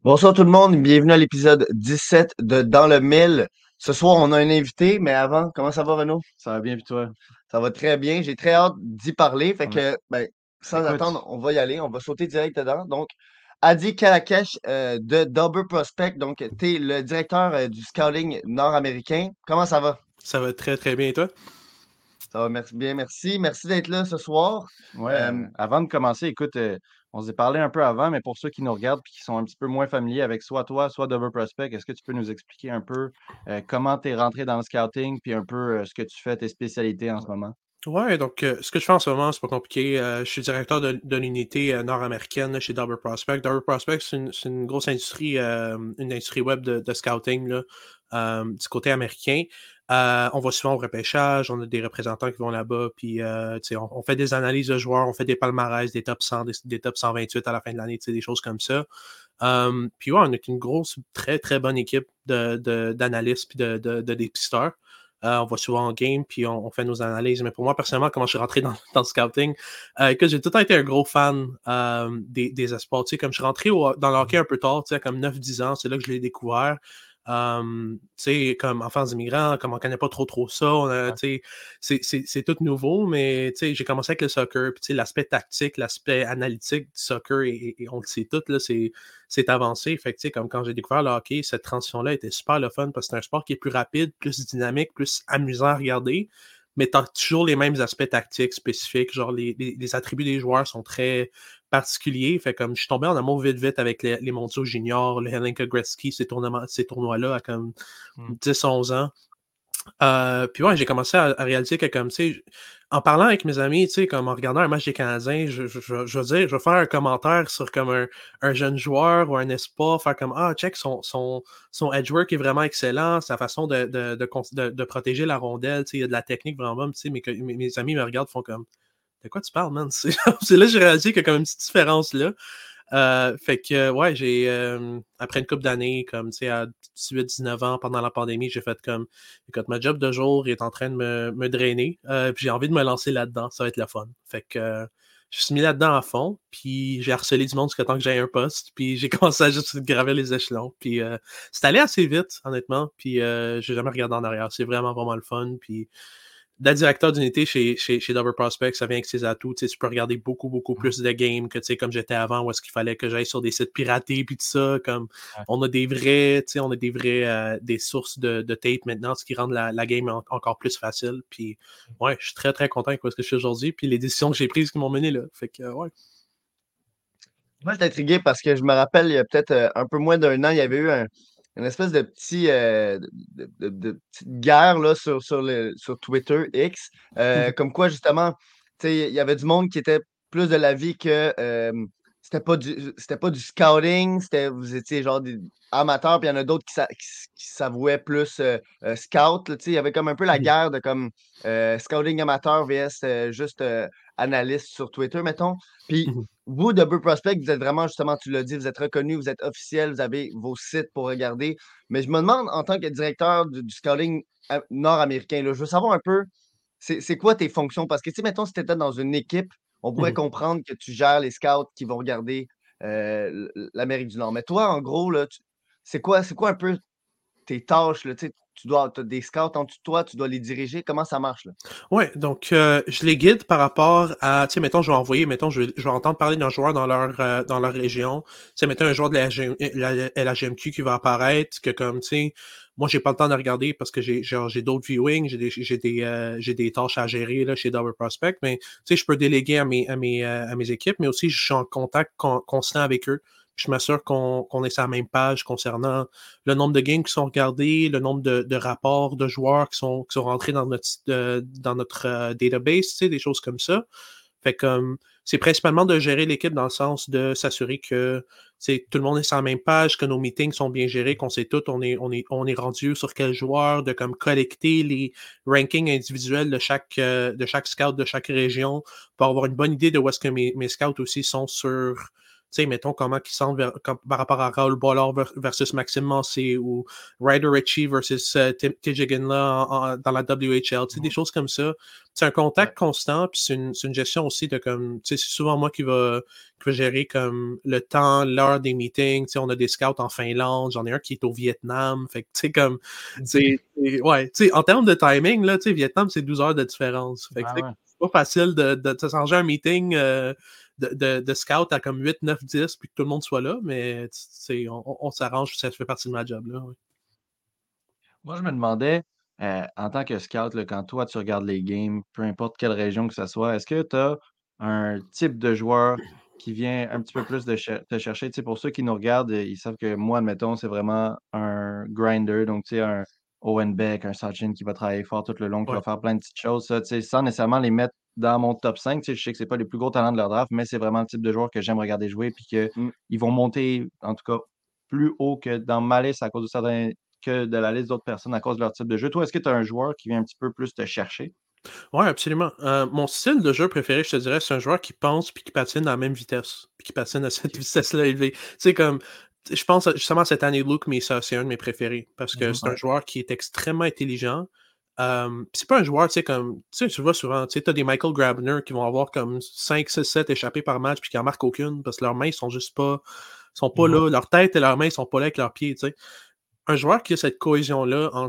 Bonsoir tout le monde, bienvenue à l'épisode 17 de Dans le Mille. Ce soir, on a un invité, mais avant, comment ça va, Renaud? Ça va bien, puis toi? Ça va très bien, j'ai très hâte d'y parler, fait Ouais. que, sans attendre, Écoute, on va y aller, on va sauter direct dedans. Donc, Adi Kalakesh de Double Prospect, donc, tu es le directeur du scouting nord-américain. Comment ça va? ça va très très bien et toi? Ça va bien, merci. Merci d'être là ce soir. Ouais, Euh, avant de commencer, écoute, on s'est parlé un peu avant, mais pour ceux qui nous regardent et qui sont un petit peu moins familiers avec soit toi, soit Dover Prospect, est-ce que tu peux nous expliquer un peu comment tu es rentré dans le scouting, puis un peu ce que tu fais, tes spécialités en ce moment? Ouais, donc ce que je fais en ce moment, c'est pas compliqué. Je suis directeur de l'unité nord-américaine là, chez Double Prospect. Double Prospect, c'est une grosse industrie, une industrie web de scouting là, du côté américain. On va souvent au repêchage, on a des représentants qui vont là-bas, puis tu sais, on fait des analyses de joueurs, on fait des palmarès, des top 100, des top 128 à la fin de l'année, tu sais, des choses comme ça. Puis ouais, on est une grosse, très très bonne équipe d'analystes puis de dépisteurs. On va souvent en game, puis on fait nos analyses. Mais pour moi, personnellement, comment je suis rentré dans le scouting, que j'ai tout le temps été un gros fan des esports. Tu sais, comme je suis rentré dans le hockey un peu tard, tu sais, comme 9 10 ans, c'est là que je l'ai découvert. Tu sais, comme enfants immigrants, comme on connaît pas trop ça, Ouais. tu sais, c'est tout nouveau, mais tu sais, j'ai commencé avec le soccer, puis tu sais, l'aspect tactique, l'aspect analytique du soccer, et on le sait tout, là, c'est avancé. Fait que, tu sais, comme quand j'ai découvert le hockey, cette transition-là était super le fun parce que c'est un sport qui est plus rapide, plus dynamique, plus amusant à regarder, mais tu as toujours les mêmes aspects tactiques spécifiques. Genre, les attributs des joueurs sont très particuliers. Fait comme je suis tombé en amour vite avec les mondiaux juniors, le Helenka Gretzky, ces tournois-là à comme Hmm. 10 11 ans. Puis ouais, j'ai commencé à réaliser que comme, tu sais, en parlant avec mes amis, tu sais, comme en regardant un match des Canadiens, je veux dire, je vais faire un commentaire sur comme un jeune joueur ou un espoir, faire comme, ah, check, son edge work est vraiment excellent, sa façon de protéger la rondelle, tu sais, il y a de la technique vraiment bonne, tu sais, mais que mes amis me regardent, font comme, de quoi tu parles, man? C'est là que j'ai réalisé qu'il y a quand même une petite différence là. Fait que, ouais, après une couple d'années, comme, tu sais, à 18 19 ans, pendant la pandémie, j'ai fait comme, écoute, ma job de jour est en train de me drainer, puis j'ai envie de me lancer là-dedans, ça va être le fun. Fait que, je suis mis là-dedans à fond, puis j'ai harcelé du monde jusqu'à temps que j'aie un poste, puis j'ai commencé à juste gravir les échelons, puis c'est allé assez vite, honnêtement, puis j'ai jamais regardé en arrière. C'est vraiment le fun, puis d'être directeur d'unité chez Double Prospect, ça vient avec ses atouts. Tu sais, tu peux regarder beaucoup Mhm. plus de games que, tu sais, comme j'étais avant, où est-ce qu'il fallait que j'aille sur des sites piratés puis tout ça. Comme Ouais. on a des vrais, tu sais, on a des vrais des sources de tape maintenant, ce qui rend la game encore plus facile. Puis ouais, je suis très content avec ce que je suis aujourd'hui. Puis les décisions que j'ai prises qui m'ont mené là. Fait que ouais. Moi, j'étais intrigué parce que je me rappelle, il y a peut-être un peu moins d'un an, il y avait eu une espèce de de petite guerre là, sur Twitter X. Comme quoi, justement, tu sais, il y avait du monde qui était plus de l'avis que c'était pas du scouting, vous étiez genre des amateurs, puis il y en a d'autres qui s'avouaient plus scout. Là, tu sais, il y avait comme un peu la guerre de comme scouting amateur vs juste analyste sur Twitter, mettons. Puis vous, de Bleu Prospect, vous êtes vraiment, justement, tu l'as dit, vous êtes reconnu, vous êtes officiel, vous avez vos sites pour regarder. Mais je me demande, en tant que directeur du scouting nord-américain, là, je veux savoir un peu, c'est quoi tes fonctions? Parce que, tu sais, mettons, si tu étais dans une équipe, on pourrait comprendre que tu gères les scouts qui vont regarder l'Amérique du Nord. Mais toi, en gros, là, c'est quoi un peu tes tâches? Là, tu sais, t'as des scouts en dessous de toi, tu dois les diriger. Comment ça marche, là? Ouais, donc je les guide par rapport à, tu sais, mettons, je vais envoyer, mettons, je vais entendre parler d'un joueur dans leur région. Tu sais, mettons un joueur de la LHMQ qui va apparaître, que comme, tu sais, moi, j'ai pas le temps de regarder parce que j'ai d'autres viewings, j'ai des tâches à gérer là, chez Double Prospect, mais tu sais, je peux déléguer à mes équipes, mais aussi je suis en contact constant avec eux. Je m'assure qu'on est sur la même page concernant le nombre de games qui sont regardés, le nombre de rapports de joueurs qui sont rentrés dans notre database, tu sais, des choses comme ça. Fait comme c'est principalement de gérer l'équipe dans le sens de s'assurer que tout le monde est sur la même page, que nos meetings sont bien gérés, qu'on sait tout, on est rendu sur quel joueur, de comme collecter les rankings individuels de chaque scout de chaque région pour avoir une bonne idée de où est-ce que mes scouts aussi sont sur sais, mettons comment ils sentent par rapport à Raoul Ballard versus Maxime Massé ou Ryder Ritchie versus TJ Ginla dans la WHL, tu sais, des choses comme ça. C'est un contact constant, puis c'est une gestion aussi de comme, tu sais, c'est souvent moi qui va gérer comme le temps, l'heure des meetings, tu sais, on a des scouts en Finlande, j'en ai un qui est au Vietnam, fait que, tu sais, comme, ouais, tu sais, en termes de timing, là, tu sais, Vietnam, c'est 12 heures de différence, fait que, c'est pas facile de s'arranger un meeting de scout à comme 8, 9, 10, puis que tout le monde soit là, mais on s'arrange, ça fait partie de ma job, là. Ouais. Moi, je me demandais, en tant que scout, là, quand toi, tu regardes les games, peu importe quelle région que ce soit, est-ce que tu as un type de joueur qui vient un petit peu plus te chercher? Tu sais, pour ceux qui nous regardent, ils savent que moi, admettons, c'est vraiment un grinder, donc tu sais, un Owen Beck, un Sachin qui va travailler fort tout le long, qui va faire plein de petites choses, ça, tu sais, sans nécessairement les mettre dans mon top 5. Tu sais, je sais que c'est pas les plus gros talents de leur draft, mais c'est vraiment le type de joueur que j'aime regarder jouer, puis qu'ils vont monter, en tout cas, plus haut que dans ma liste à cause de certains que de la liste d'autres personnes à cause de leur type de jeu. Toi, est-ce que tu as un joueur qui vient un petit peu plus te chercher? Oui, absolument. Mon style de jeu préféré, je te dirais, c'est un joueur qui pense puis qui patine à la même vitesse, puis qui patine à cette vitesse-là élevée. Tu sais, comme, je pense justement cette année, Luke Mesa, c'est un de mes préférés, parce que c'est un joueur qui est extrêmement intelligent. C'est pas un joueur, tu sais, comme, tu sais, tu vois souvent, tu sais, t'as des Michael Grabner qui vont avoir comme 5, 6, 7 échappés par match, puis qui en marquent aucune, parce que leurs mains sont juste pas, sont pas là, leur tête et leurs mains sont pas là avec leurs pieds, tu sais. Un joueur qui a cette cohésion-là entre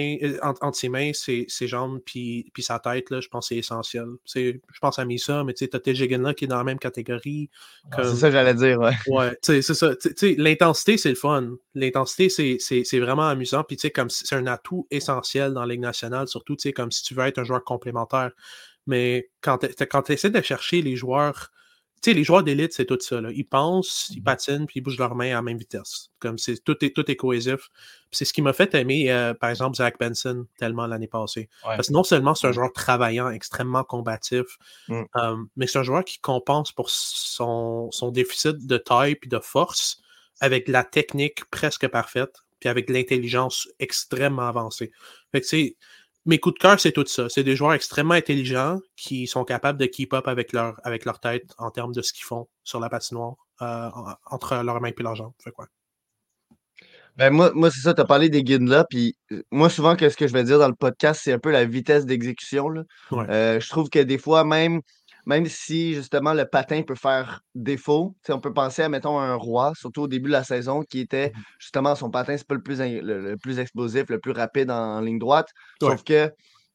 ses mains, ses jambes, puis sa tête, là, je pense que c'est essentiel. Je pense à Misa, mais tu sais, t'as TJ Ginla qui est dans la même catégorie. C'est ça que j'allais dire, ouais. Ouais, tu sais, c'est ça. Tu sais, l'intensité, c'est le fun. L'intensité, c'est vraiment amusant. Puis, tu sais, comme c'est un atout essentiel dans la Ligue nationale, surtout, tu sais, comme si tu veux être un joueur complémentaire. Mais quand tu essaies de chercher les joueurs, tu sais, les joueurs d'élite, c'est tout ça, là. Ils pensent, ils patinent, puis ils bougent leurs mains à la même vitesse. Comme tout est cohésif. Puis c'est ce qui m'a fait aimer, par exemple, Zach Benson tellement l'année passée. Ouais. Parce que non seulement c'est un joueur travaillant, extrêmement combatif, mais c'est un joueur qui compense pour son déficit de taille puis de force avec la technique presque parfaite, puis avec l'intelligence extrêmement avancée. Fait que, tu sais, mes coups de cœur, c'est tout ça. C'est des joueurs extrêmement intelligents qui sont capables de keep up avec leur tête en termes de ce qu'ils font sur la patinoire, entre leurs mains et leurs jambes. Fait quoi? Ben moi c'est ça, tu as parlé des guides là, puis moi souvent ce que je vais dire dans le podcast, c'est un peu la vitesse d'exécution, là. Ouais. Je trouve que des fois, même si justement le patin peut faire défaut, tu sais, on peut penser à, mettons, un Roi, surtout au début de la saison, qui était justement son patin, c'est pas le plus explosif, le plus rapide en ligne droite. Ouais. Sauf que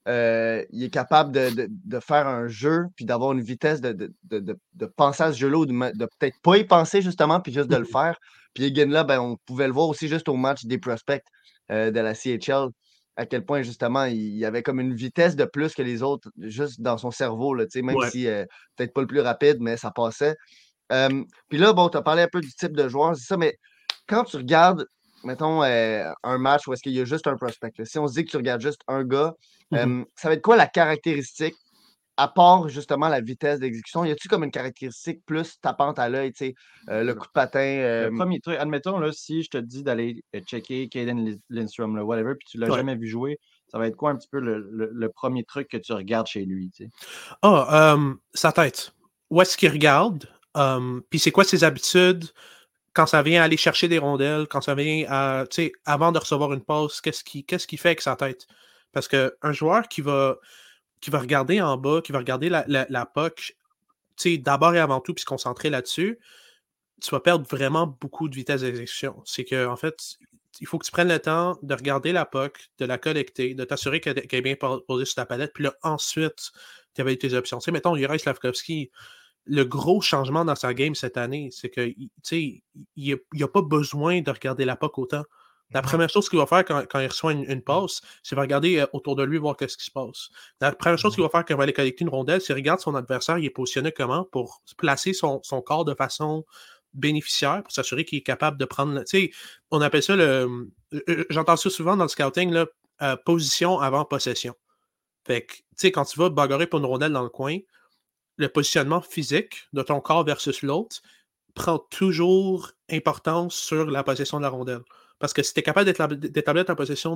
il est capable de faire un jeu, puis d'avoir une vitesse de penser à ce jeu-là, ou de peut-être pas y penser justement, puis juste de le faire. Puis Egan là, ben, on pouvait le voir aussi juste au match des prospects de la CHL, à quel point justement il avait comme une vitesse de plus que les autres, juste dans son cerveau, là, même Ouais. si peut-être pas le plus rapide, mais ça passait. Puis là, bon, tu as parlé un peu du type de joueur, c'est ça, mais quand tu regardes, mettons, un match où est-ce qu'il y a juste un prospect, là, si on se dit que tu regardes juste un gars, ça va être quoi la caractéristique, à part justement la vitesse d'exécution? Y a-tu comme une caractéristique plus tapante à l'œil, tu sais, le coup de patin? Le premier truc, admettons, là, si je te dis d'aller checker Caden Lindstrom, là, whatever, puis tu l'as jamais vu jouer, ça va être quoi un petit peu le premier truc que tu regardes chez lui, tu sais? Sa tête. Où est-ce qu'il regarde? Puis c'est quoi ses habitudes quand ça vient à aller chercher des rondelles, quand ça vient à, tu sais, avant de recevoir une passe, qu'est-ce qu'il fait avec sa tête? Parce qu'un joueur qui va regarder en bas, qui va regarder la puck, tu sais, d'abord et avant tout, puis se concentrer là-dessus, tu vas perdre vraiment beaucoup de vitesse d'exécution. C'est que, en fait, il faut que tu prennes le temps de regarder la puck, de la collecter, de t'assurer qu'elle est bien posée sur ta palette, puis là, ensuite, tu avais tes options. Tu sais, mettons, Juraj Slavkovski, le gros changement dans sa game cette année, c'est que, tu sais, il n'a pas besoin de regarder la puck autant. La première chose qu'il va faire quand il reçoit une passe, c'est de regarder autour de lui, voir qu'est-ce qui se passe. La première chose qu'il va faire quand il va aller collecter une rondelle, c'est regarder son adversaire, il est positionné comment pour placer son corps de façon bénéficiaire, pour s'assurer qu'il est capable de prendre... Tu sais, on appelle ça j'entends ça souvent dans le scouting, là, position avant possession. Fait que, tu sais, quand tu vas bagarrer pour une rondelle dans le coin, le positionnement physique de ton corps versus l'autre prend toujours importance sur la possession de la rondelle. Parce que si tu es capable d'établir ta position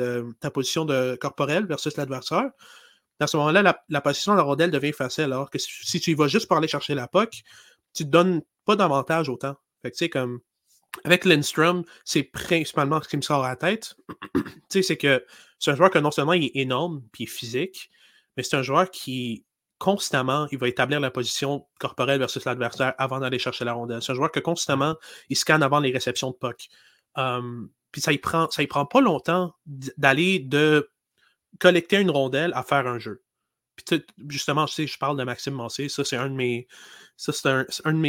corporelle versus l'adversaire, à ce moment-là, la possession de la rondelle devient facile. Alors que si tu y vas juste pour aller chercher la puck, tu te donnes pas d'avantage autant. Fait que, tu sais, comme, avec Lindstrom, c'est principalement ce qui me sort à la tête. Tu sais, c'est que c'est un joueur que non seulement il est énorme, puis il est physique, mais c'est un joueur qui, constamment, il va établir la position corporelle versus l'adversaire avant d'aller chercher la rondelle. C'est un joueur que, constamment, il scanne avant les réceptions de puck. Puis ça y prend pas longtemps d'aller de collecter une rondelle à faire un jeu. Puis justement, je parle de Maxime Mancé, ça c'est un de mes. Ça, c'est un de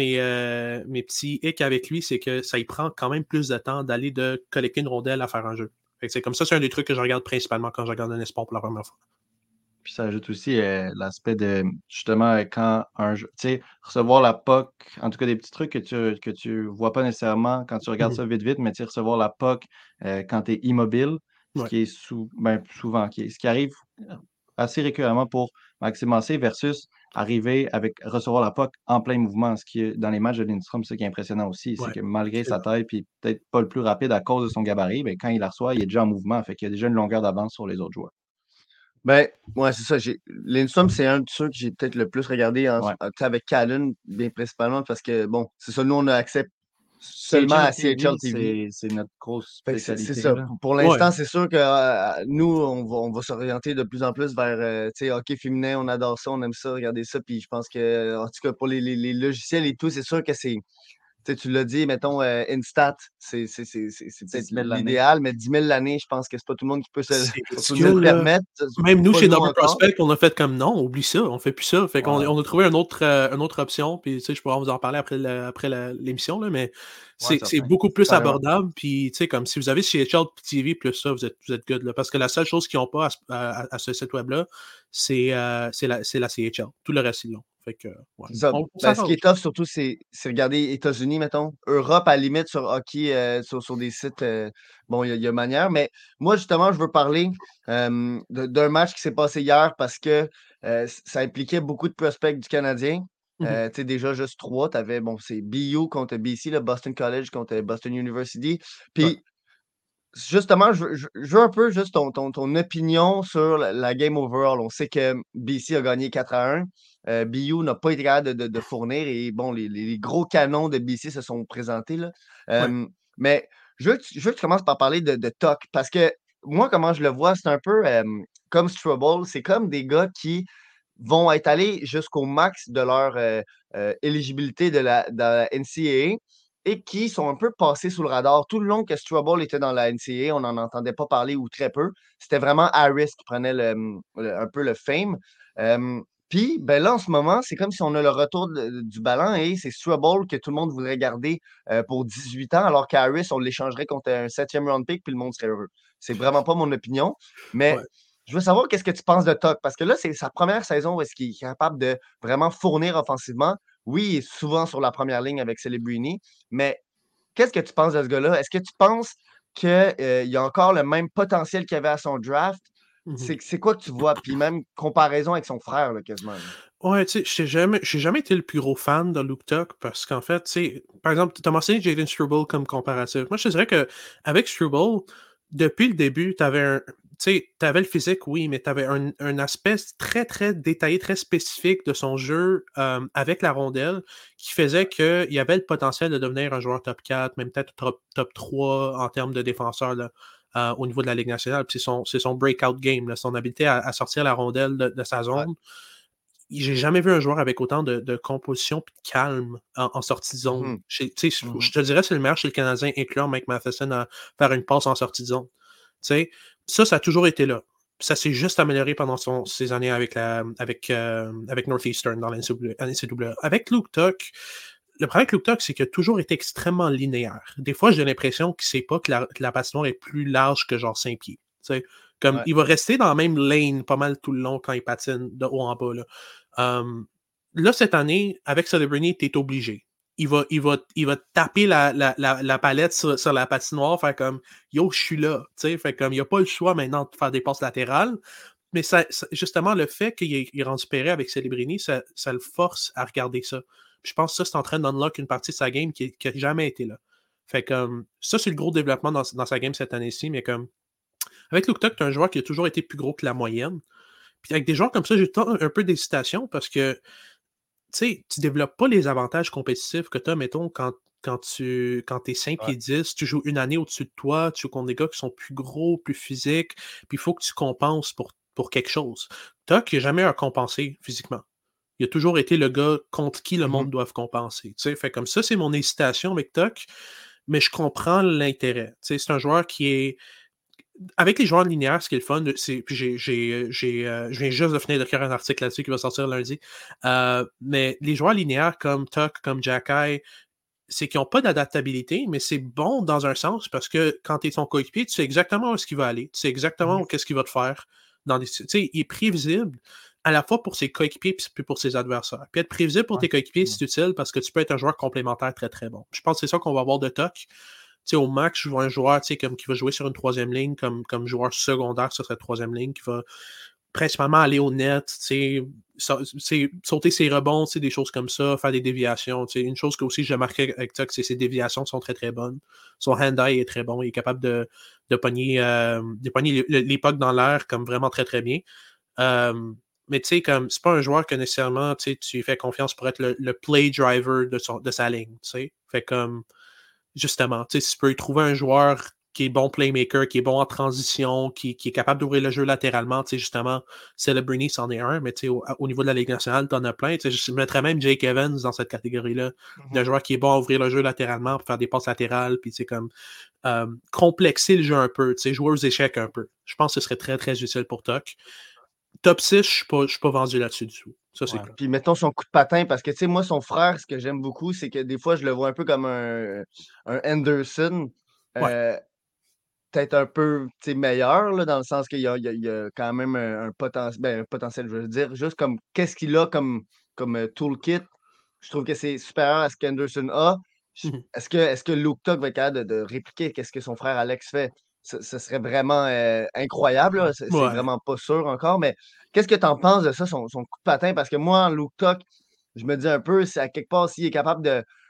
mes petits hicks avec lui, c'est que ça y prend quand même plus de temps d'aller de collecter une rondelle à faire un jeu. Fait que c'est comme ça, c'est un des trucs que je regarde principalement quand je regarde un espoir pour la première fois. Puis ça ajoute aussi l'aspect de justement quand un jeu, tu sais, recevoir la POC, en tout cas des petits trucs que tu vois pas nécessairement quand tu regardes ça vite, mais tu sais, recevoir la POC quand tu es immobile, ce Ouais. qui est souvent, ce qui arrive assez récurremment pour Maxime Mancé versus arriver avec recevoir la POC en plein mouvement. Ce qui est dans les matchs de Lindstrom, ce qui est impressionnant aussi, c'est Ouais. que malgré sa Absolument. taille, puis peut-être pas le plus rapide à cause de son gabarit, ben, quand il la reçoit, il est déjà en mouvement, fait qu'il y a déjà une longueur d'avance sur les autres joueurs. Ben, ouais, c'est ça. Lindstrom, c'est un de ceux que j'ai peut-être le plus regardé Ouais. avec Callen, bien principalement, parce que, bon, c'est ça, nous, on a accès seulement CHL à CHL TV, TV. c'est notre grosse Fait que c'est spécialité, ça. là. Pour Ouais. l'instant, c'est sûr que nous, on va s'orienter de plus en plus vers tu sais, hockey féminin, on adore ça, on aime ça, regarder ça. Puis je pense que, en tout cas, pour les logiciels et tout, c'est sûr que c'est. Tu sais, tu l'as dit, mettons, Instat, c'est peut-être 10 000 l'année. l'idéal, mais 10 000 l'année, je pense que c'est pas tout le monde qui peut C'est surtout le ridicule, là. permettre. Même nous, Pas chez nous Double encore. Prospect, on a fait comme non, oublie ça, on fait plus ça. Fait qu'on Ouais. on a trouvé une autre option, puis tu sais, je pourrais vous en parler après l'émission, là, mais c'est certain. beaucoup plus Carrément. abordable. Puis, tu sais, comme si vous avez CHL TV plus ça, vous êtes good, là. Parce que la seule chose qu'ils n'ont pas à ce site web-là, c'est la CHL. Tout le reste, ils l'ont. Fait que, ouais. C'est ça. On Ben, ce s'arrange. qui est tough, surtout, c'est regarder États-Unis, mettons. Europe, à la limite, sur hockey, sur des sites. Bon, il y a manière. Mais moi, justement, je veux parler d'un match qui s'est passé hier parce que ça impliquait beaucoup de prospects du Canadien. Mhm. Tu sais, déjà, juste trois. Tu avais, bon, c'est BU contre BC, le Boston College contre Boston University. Ouais. Puis, justement, je veux un peu juste ton opinion sur la game overall. On sait que BC a gagné 4-1. BU n'a pas été capable de fournir et bon, les gros canons de BC se sont présentés, là. Ouais. Mais je veux que tu commences par parler de Tuck parce que moi, comment je le vois, c'est un peu comme Struble. C'est comme des gars qui vont être allés jusqu'au max de leur éligibilité de la NCAA et qui sont un peu passés sous le radar. Tout le long que Struble était dans la NCAA, on n'en entendait pas parler ou très peu. C'était vraiment Harris qui prenait un peu le fame. Puis, ben là, en ce moment, c'est comme si on a le retour du ballon et c'est Struble que tout le monde voudrait garder pour 18 ans, alors qu'Harris, on l'échangerait contre un 7e round pick puis le monde serait heureux. C'est vraiment pas mon opinion, mais Ouais. je veux savoir qu'est-ce que tu penses de Tuck, parce que là, c'est sa première saison où est-ce qu'il est capable de vraiment fournir offensivement. Oui, il est souvent sur la première ligne avec Celebrini, mais qu'est-ce que tu penses de ce gars-là? Est-ce que tu penses qu'il y a encore le même potentiel qu'il avait à son draft? Mhm. C'est quoi que tu vois? Puis même comparaison avec son frère, là, quasiment. Là. Ouais, tu sais, j'ai jamais été le plus gros fan de Luke Tuck parce qu'en fait, tu sais, par exemple, tu as mentionné Jaden Struble comme comparatif. Moi, je te dirais qu'avec Struble, depuis le début, t'avais le physique, oui, mais t'avais un aspect très, très détaillé, très spécifique de son jeu avec la rondelle qui faisait qu'il y avait le potentiel de devenir un joueur top 4, même peut-être top 3 en termes de défenseur là, au niveau de la Ligue nationale. Puis c'est son breakout game, là, son habileté à sortir la rondelle de sa zone. Ouais. J'ai jamais vu un joueur avec autant de composition et de calme en sortie de zone. Je te dirais c'est le meilleur chez le Canadien, incluant Mike Matheson à faire une passe en sortie de zone. T'sais, ça a toujours été là. Ça s'est juste amélioré pendant ses années avec Northeastern dans la NCAA. Avec Luke Tuck, le problème avec Luke Tuck, c'est qu'il a toujours été extrêmement linéaire. Des fois, j'ai l'impression qu'il ne sait pas que la patinoire est plus large que genre 5 pieds. T'sais. Comme, il va rester dans la même lane pas mal tout le long quand il patine de haut en bas. Là, cette année, avec Celebrini, tu es obligé. Il va taper la palette sur la patinoire, faire comme yo, je suis là. Fait comme il n'y a pas le choix maintenant de faire des passes latérales. Mais justement, le fait qu'il est rendu péré avec Celebrini, ça le force à regarder ça. Puis je pense que ça, c'est en train d'unlock une partie de sa game qui n'a jamais été là. Fait comme ça, c'est le gros développement dans sa game cette année-ci, mais comme avec Luke Tuck, tu as un joueur qui a toujours été plus gros que la moyenne. Puis avec des joueurs comme ça, j'ai un peu d'hésitation parce que sais, tu développes pas les avantages compétitifs que tu as, mettons, quand tu es 5 Ouais. pieds 10, tu joues une année au-dessus de toi, tu joues contre des gars qui sont plus gros, plus physiques, puis il faut que tu compenses pour quelque chose. Toc, il n'a jamais compensé physiquement. Il a toujours été le gars contre qui le monde doit compenser. Tu sais, fait comme ça, c'est mon hésitation avec Toc, mais je comprends l'intérêt. Tu sais, c'est un joueur qui est. Avec les joueurs linéaires, ce qui est le fun, c'est. Puis je viens juste de finir d'écrire un article là-dessus qui va sortir lundi. Mais les joueurs linéaires comme Tuck, comme Jacky, c'est qu'ils n'ont pas d'adaptabilité, mais c'est bon dans un sens parce que quand tu es son coéquipier, tu sais exactement où est-ce qu'il va aller, tu sais exactement qu'est-ce qu'il va te faire. Tu sais, il est prévisible à la fois pour ses coéquipiers puis pour ses adversaires. Puis être prévisible pour tes coéquipiers, c'est utile parce que tu peux être un joueur complémentaire très très bon. Je pense que c'est ça qu'on va avoir de Tuck. Tu sais, au max, je vois un joueur qui va jouer sur une troisième ligne comme joueur secondaire sur cette troisième ligne qui va principalement aller au net, sauter ses rebonds, des choses comme ça, faire des déviations. Une chose que aussi j'ai remarqué avec Tuck, c'est que ses déviations sont très très bonnes. Son hand-eye est très bon, il est capable de pogner les pucks dans l'air comme vraiment très très bien. Mais tu sais, comme c'est pas un joueur que nécessairement tu fais confiance pour être le play driver de sa ligne. T'sais. Fait comme justement, si tu peux y trouver un joueur qui est bon playmaker, qui est bon en transition, qui est capable d'ouvrir le jeu latéralement, justement, Celebrini, c'en est un, mais au niveau de la Ligue nationale, t'en as plein. Je mettrais même Jake Evans dans cette catégorie-là, d'un joueur qui est bon à ouvrir le jeu latéralement, pour faire des passes latérales, puis comme complexer le jeu un peu, jouer aux échecs un peu. Je pense que ce serait très, très utile pour Tuck. Top 6, je suis pas vendu là-dessus du tout. Ça, c'est clair. Puis mettons son coup de patin, parce que tu sais, moi, son frère, ce que j'aime beaucoup, c'est que des fois, je le vois un peu comme un Anderson. Ouais. Peut-être un peu meilleur, là, dans le sens qu'il y a quand même un potentiel, un potentiel, je veux dire, juste comme qu'est-ce qu'il a comme toolkit. Je trouve que c'est supérieur à ce qu'Anderson a. Mhm. Est-ce que Luke Tuck va être capable de répliquer qu'est-ce que son frère Alex fait? Ce serait vraiment incroyable, là. C'est Ouais. vraiment pas sûr encore, mais qu'est-ce que tu en penses de ça, son coup de patin? Parce que moi, en Luke Tuck, je me dis un peu, c'est à quelque part, s'il est capable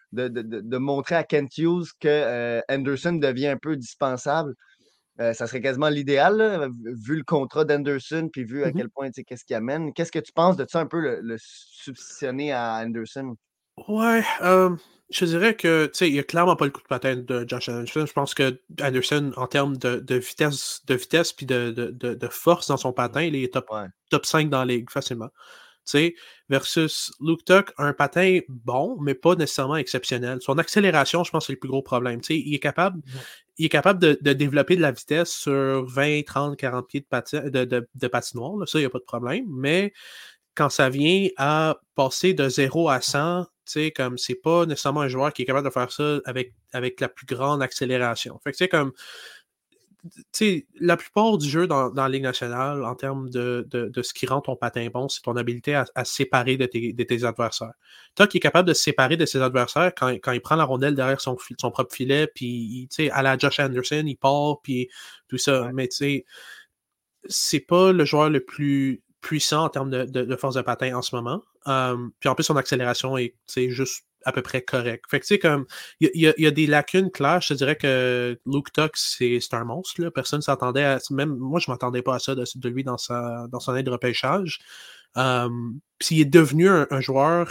de montrer à Kent Hughes que Anderson devient un peu dispensable, ça serait quasiment l'idéal, là, vu le contrat d'Anderson, puis vu à Mhm. quel point, qu'est-ce qu'il amène. Qu'est-ce que tu penses de ça un peu, le substitutionner à Anderson? Ouais, je dirais que, tu sais, il n'y a clairement pas le coup de patin de Josh Anderson. Je pense que Anderson, en termes de vitesse puis de force dans son patin, il est Ouais. top 5 dans la ligue, facilement. Tu sais, versus Luke Tuck, un patin bon, mais pas nécessairement exceptionnel. Son accélération, je pense, c'est le plus gros problème. Tu sais, il est capable de développer de la vitesse sur 20, 30, 40 pieds de patinoire. Là, ça, il n'y a pas de problème. Mais quand ça vient à passer de 0 à 100, tu sais, comme c'est pas nécessairement un joueur qui est capable de faire ça avec la plus grande accélération. Fait que, tu sais, comme, tu sais, la plupart du jeu dans la Ligue nationale, en termes de ce qui rend ton patin bon, c'est ton habilité à se séparer de tes adversaires. Toi qui est capable de se séparer de ses adversaires quand il prend la rondelle derrière son propre filet, puis, tu sais, à la Josh Anderson, il part, puis tout ça. Ouais. Mais, tu sais, c'est pas le joueur le plus puissant en termes de force de patin en ce moment. Puis en plus, son accélération est juste à peu près correcte. Fait que tu sais, comme il y a des lacunes claires. Je te dirais que Luke Tuck, c'est un monstre. Là. Personne ne s'attendait à. Même moi, je ne m'attendais pas à ça de lui dans son année de repêchage. Puis il est devenu un joueur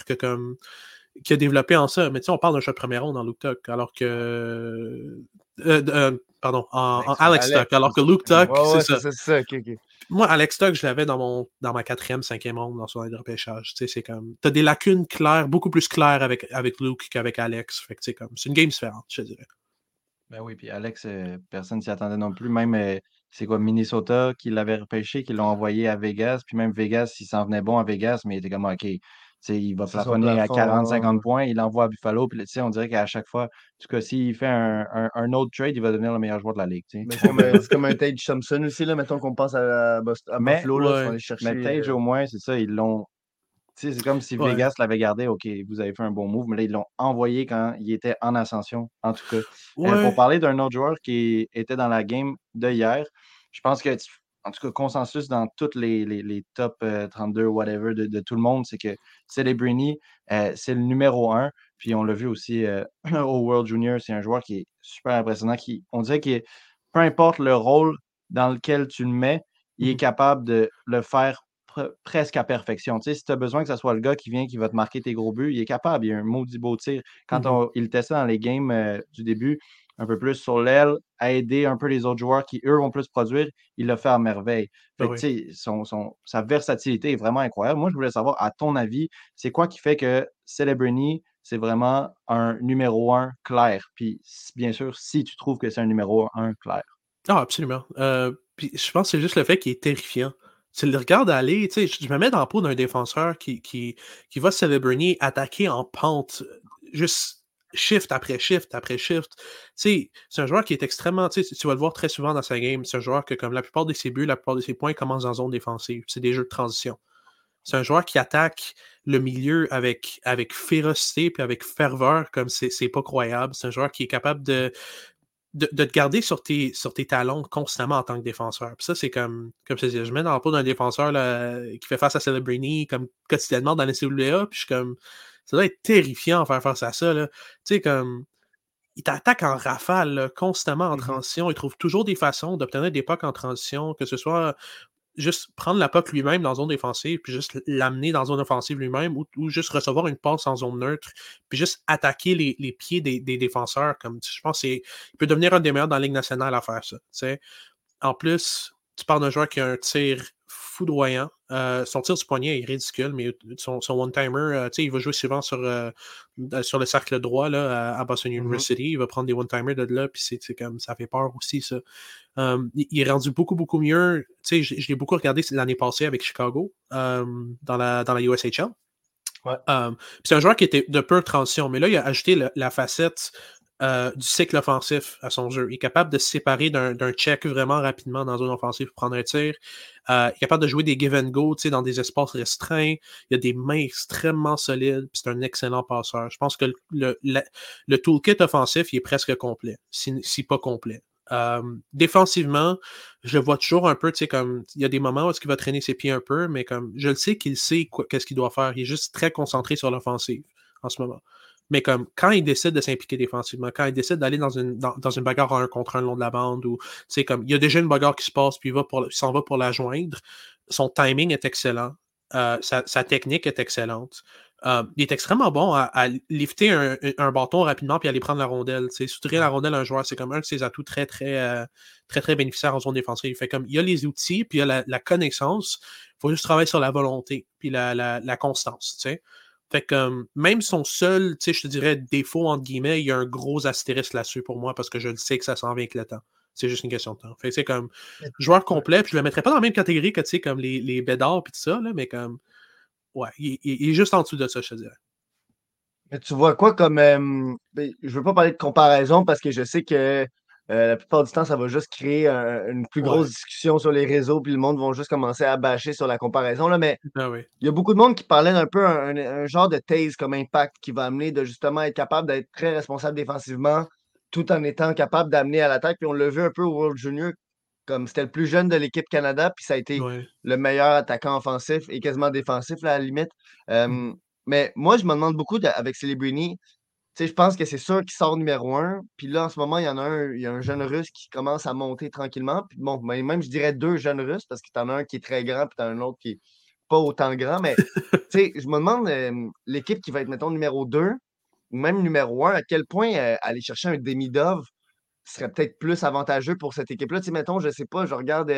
qui a développé en ça. Mais tu sais, on parle d'un choix de première ronde dans Luke Tuck, alors que. Pardon, en Alex Alex. Tuck, alors que Luke Tuck, Ouais, c'est ouais, ça. c'est ça. OK, OK. Moi, Alex Tuck, je l'avais dans ma quatrième, cinquième ronde dans son année de repêchage. Tu sais, c'est comme. T'as des lacunes claires, beaucoup plus claires avec Luke qu'avec Alex. Fait que, tu sais, comme. C'est une game différente, je te dirais. Ben oui, puis Alex, personne s'y attendait non plus. Même, c'est quoi, Minnesota qui l'avait repêché, qui l'ont envoyé à Vegas. Puis même Vegas, il s'en venait bon à Vegas, mais il était comme, OK, tu sais, il va C'est son plafonner à plafond. 40-50 points. Il l'envoie à Buffalo. Puis, tu sais, on dirait qu'à chaque fois, en tout cas, s'il fait un autre trade, il va devenir le meilleur joueur de la ligue. Tu sais. Mais c'est comme un Tage Thompson aussi, là. Mettons qu'on pense à Mais, Buffalo, là. Ils sont Ouais. allés mais chercher. Tage, au moins, c'est ça, ils l'ont. Tu sais, c'est comme si Ouais. Vegas l'avait gardé. OK, vous avez fait un bon move, mais là, ils l'ont envoyé quand il était en ascension, en tout cas. Pour Ouais. parler d'un autre joueur qui était dans la game de hier, je pense que, en tout cas, consensus dans toutes les top 32, whatever, de tout le monde, c'est que Celebrini, c'est le numéro 1. Puis on l'a vu aussi au World Junior, c'est un joueur qui est super impressionnant. On dirait que peu importe le rôle dans lequel tu le mets, il est Mhm. capable de le faire presque à perfection. Tu sais, si tu as besoin que ce soit le gars qui vient, qui va te marquer tes gros buts, il est capable. Il a un maudit beau tir. Quand il le testait dans les games du début, un peu plus sur l'aile, à aider un peu les autres joueurs qui, eux, vont plus produire, il l'a fait à merveille. Fait que, Oui. tu sais, sa versatilité est vraiment incroyable. Moi, je voulais savoir, à ton avis, c'est quoi qui fait que Celebrini, c'est vraiment un numéro 1 clair? Puis, bien sûr, si tu trouves que c'est un numéro 1 clair. Ah, absolument. Puis je pense que c'est juste le fait qu'il est terrifiant. Tu le regardes aller, tu sais, je me mets dans la peau d'un défenseur qui va Celebrini attaquer en pente, juste shift après shift après shift. Tu sais, c'est un joueur qui est extrêmement, tu vas le voir très souvent dans sa game, c'est un joueur que comme la plupart de ses buts, la plupart de ses points commencent en zone défensive. C'est des jeux de transition. C'est un joueur qui attaque le milieu avec férocité puis avec ferveur, comme c'est pas croyable. C'est un joueur qui est capable de te garder sur tes talons constamment en tant que défenseur. Puis ça, c'est comme je mets dans la peau d'un défenseur là, qui fait face à Celebrini comme quotidiennement dans les CWA, puis je suis comme, ça doit être terrifiant de faire face à ça, là. Tu sais, comme, il t'attaque en rafale, là, constamment en transition, il trouve toujours des façons d'obtenir des pucks en transition, que ce soit juste prendre la puck lui-même dans zone défensive, puis juste l'amener dans zone offensive lui-même, ou juste recevoir une passe en zone neutre, puis juste attaquer les pieds des défenseurs. Comme, je pense qu'il peut devenir un des meilleurs dans la Ligue nationale à faire ça. T'sais. En plus, tu parles d'un joueur qui a un tir foudroyant. Son tir du poignet est ridicule, mais son one-timer, il va jouer souvent sur le cercle droit là, à Boston University. Il va prendre des one-timers de là, puis c'est comme ça fait peur aussi, ça. Il est rendu beaucoup, beaucoup mieux. Je l'ai beaucoup regardé l'année passée avec Chicago dans la USHL. Ouais. C'est un joueur qui était de pure transition, mais là, il a ajouté la facette du cycle offensif à son jeu. Il est capable de se séparer d'un check vraiment rapidement dans une offensive pour prendre un tir. Il est capable de jouer des give and go dans des espaces restreints. Il a des mains extrêmement solides. C'est un excellent passeur. Je pense que le toolkit offensif il est presque complet, si pas complet. Défensivement, je le vois toujours un peu, comme il y a des moments où il va traîner ses pieds un peu, mais comme je le sais qu'il sait qu'est-ce qu'il doit faire. Il est juste très concentré sur l'offensive en ce moment. Mais comme quand il décide de s'impliquer défensivement, quand il décide d'aller dans une bagarre à un contre un le long de la bande, ou comme il y a déjà une bagarre qui se passe, puis il s'en va pour la joindre, son timing est excellent, sa technique est excellente. Il est extrêmement bon à lifter un bâton rapidement puis aller prendre la rondelle. Soutirer la rondelle à un joueur, c'est comme un de ses atouts très, très, très, très bénéficiaires en zone défensive. Fait comme il y a les outils, puis il y a la connaissance. Il faut juste travailler sur la volonté, puis la constance. T'sais. Fait que même son seul, je te dirais, défaut, entre guillemets, il y a un gros astérisque là-dessus pour moi parce que je le sais que ça s'en vient avec le temps. C'est juste une question de temps. Fait que c'est comme joueur complet, puis je le mettrais pas dans la même catégorie que comme les Bédards puis tout ça, là, mais comme ouais, il est juste en dessous de ça, je te dirais. Mais tu vois quoi comme. Je veux pas parler de comparaison parce que je sais que la plupart du temps, ça va juste créer une plus grosse discussion sur les réseaux, puis le monde va juste commencer à bâcher sur la comparaison. Là, mais Ah oui. il y a beaucoup de monde qui parlait d'un peu un genre de Taze comme impact qui va amener de justement être capable d'être très responsable défensivement tout en étant capable d'amener à l'attaque. Puis on l'a vu un peu au World Junior, comme c'était le plus jeune de l'équipe Canada, puis ça a été le meilleur attaquant offensif et quasiment défensif là, à la limite. Mais moi, je me demande beaucoup avec Celebrini. Je pense que c'est sûr qu'il sort numéro 1. Puis là, en ce moment, il y en a il y a un jeune russe qui commence à monter tranquillement. Puis bon, même je dirais 2 jeunes russes parce que tu en as un qui est très grand, puis tu en as un autre qui est pas autant grand. Mais je me demande l'équipe qui va être, mettons, numéro 2 ou même numéro 1, à quel point aller chercher un Demidov serait peut-être plus avantageux pour cette équipe-là. Mettons, je sais pas, je regarde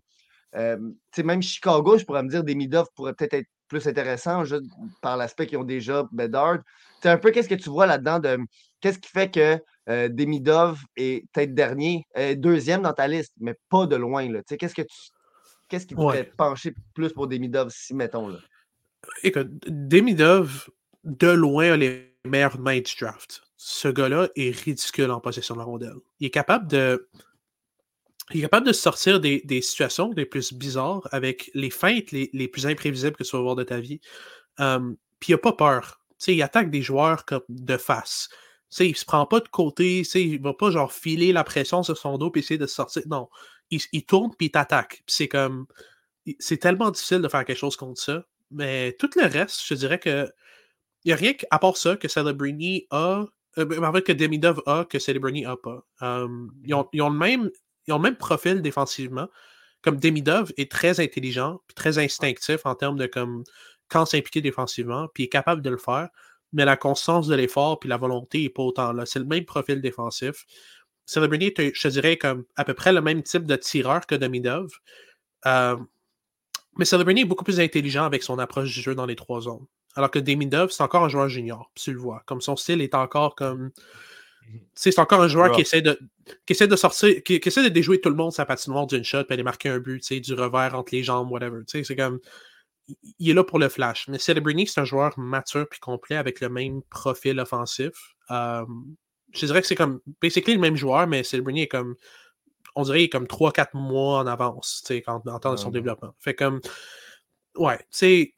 même Chicago, je pourrais me dire Demidov pourrait peut-être être plus intéressant juste par l'aspect qu'ils ont déjà Bedard. Un peu qu'est-ce que tu vois là-dedans de qu'est-ce qui fait que Demidov est peut-être deuxième dans ta liste, mais pas de loin. Là. Qu'est-ce qui te ferait pencher plus pour Demidov si, mettons là? Écoute, Demidov, de loin, a les meilleures mains du draft. Ce gars-là est ridicule en possession de la rondelle. Il est capable de sortir des situations les plus bizarres avec les feintes les plus imprévisibles que tu vas voir de ta vie. Puis il n'a pas peur. Il attaque des joueurs comme de face. Il ne se prend pas de côté. Il ne va pas genre filer la pression sur son dos et essayer de sortir. Non. Il tourne puis il t'attaque. C'est comme. C'est tellement difficile de faire quelque chose contre ça. Mais tout le reste, je te dirais que il n'y a rien à part ça que Celebrini a. En fait, que Demidov a que Celebrini n'a pas. Ils ont le même profil défensivement comme Demidov est très intelligent, puis très instinctif en termes de comme quand s'impliquer défensivement, puis il est capable de le faire, mais la constance de l'effort puis la volonté n'est pas autant là. C'est le même profil défensif. Celebrini, je te dirais, comme à peu près le même type de tireur que Demidov. Mais Celebrini est beaucoup plus intelligent avec son approche du jeu dans les 3 zones. Alors que Demidov, c'est encore un joueur junior, tu le vois. Comme son style est encore comme. C'est encore un joueur qui essaie de sortir, qui essaie de déjouer tout le monde sa patinoire d'une shot, puis aller marquer un but, du revers entre les jambes, whatever. C'est comme. Il est là pour le flash. Mais Celebrini, c'est un joueur mature puis complet avec le même profil offensif. Je dirais que c'est comme basically le même joueur, mais Celebrini est comme. On dirait qu'il est comme 3-4 mois en avance, en temps de son développement. Fait comme. Ouais, tu sais.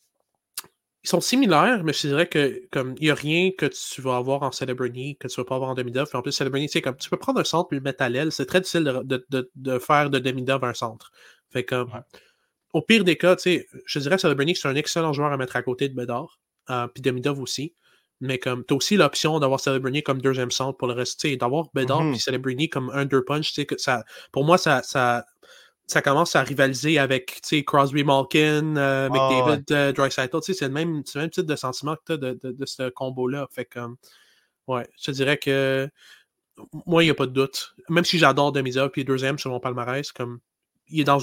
Ils sont similaires, mais je dirais que comme il n'y a rien que tu vas avoir en Celebrini que tu ne vas pas avoir en Demidov. En plus, Celebrini, comme tu peux prendre un centre et le mettre à l'aile, c'est très difficile de faire de Demidov un centre. Fait comme au pire des cas, je dirais que Celebrini, c'est un excellent joueur à mettre à côté de Bedard, puis Demidov aussi. Mais comme tu as aussi l'option d'avoir Celebrini comme deuxième centre pour le reste, d'avoir Bedard puis Celebrini comme under-punch, que ça, pour moi, ça commence à rivaliser avec Crosby, Malkin, McDavid, Draisaitl. C'est le même type de sentiment que tu as de ce combo-là. Fait que, ouais, je te dirais que moi, il n'y a pas de doute. Même si j'adore Demidov puis deuxième sur mon palmarès, comme il est dans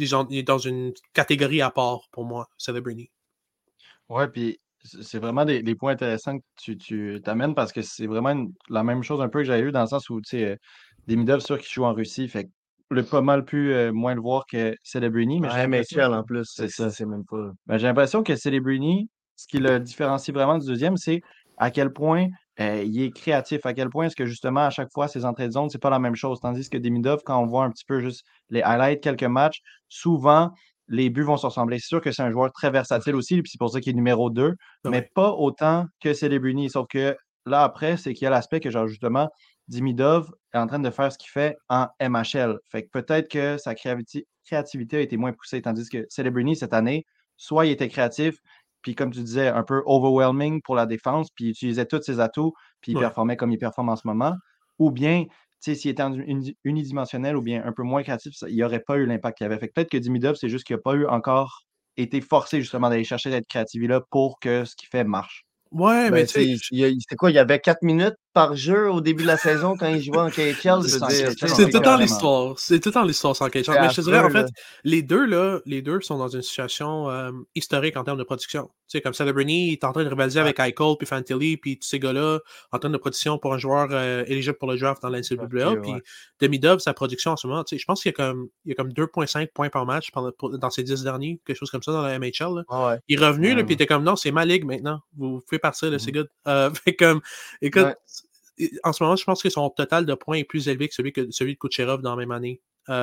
une catégorie à part pour moi, Celebrini. Ouais, puis c'est vraiment des points intéressants que tu t'amènes parce que c'est vraiment la même chose un peu que j'avais eu dans le sens où, Demidov, sûr qu'il joue en Russie, fait que pas mal plus moins le voir que Celebrini, mais j'ai l'impression en plus, c'est ça. c'est même pas. Ben, j'ai l'impression que Celebrini, ce qui le différencie vraiment du deuxième, c'est à quel point il est créatif, à quel point est-ce que justement à chaque fois ses entrées de zone, c'est pas la même chose. Tandis que Demidov, quand on voit un petit peu juste les highlights, quelques matchs, souvent les buts vont se ressembler. C'est sûr que c'est un joueur très versatile aussi, puis c'est pour ça qu'il est numéro 2, mais pas autant que Celebrini. Sauf que là, après, c'est qu'il y a l'aspect que, genre, justement, Demidov est en train de faire ce qu'il fait en MHL. Fait que peut-être que sa créativité a été moins poussée, tandis que Celebrini, cette année, soit il était créatif, puis comme tu disais, un peu overwhelming pour la défense, puis il utilisait tous ses atouts, puis il performait comme il performe en ce moment, ou bien s'il était unidimensionnel ou bien un peu moins créatif, il n'y aurait pas eu l'impact qu'il avait. Fait que peut-être que Demidov, c'est juste qu'il n'a pas eu encore été forcé justement d'aller chercher cette créativité-là pour que ce qu'il fait marche. Ouais, mais tu sais. C'est quoi, il y avait 4 minutes par jeu au début de la saison quand il jouait en KHL, je veux dire. C'est tout dans l'histoire. C'est tout dans l'histoire sans KHL. Mais je te dirais, en fait, les deux sont dans une situation historique en termes de production. Tu sais, comme Celebrini est en train de rivaliser avec Eichel puis Fantilli puis tous ces gars-là en termes de production pour un joueur éligible pour le draft dans la NCAA. Puis Demidov, sa production en ce moment, tu sais, je pense qu'il y a comme 2,5 points par match dans ces 10 derniers, quelque chose comme ça dans la MHL. Il est revenu, puis il était comme non, c'est ma ligue maintenant. Vous pouvez partir, là, c'est good. Fait comme, écoute, en ce moment, je pense que son total de points est plus élevé que celui de Kucherov dans la même année.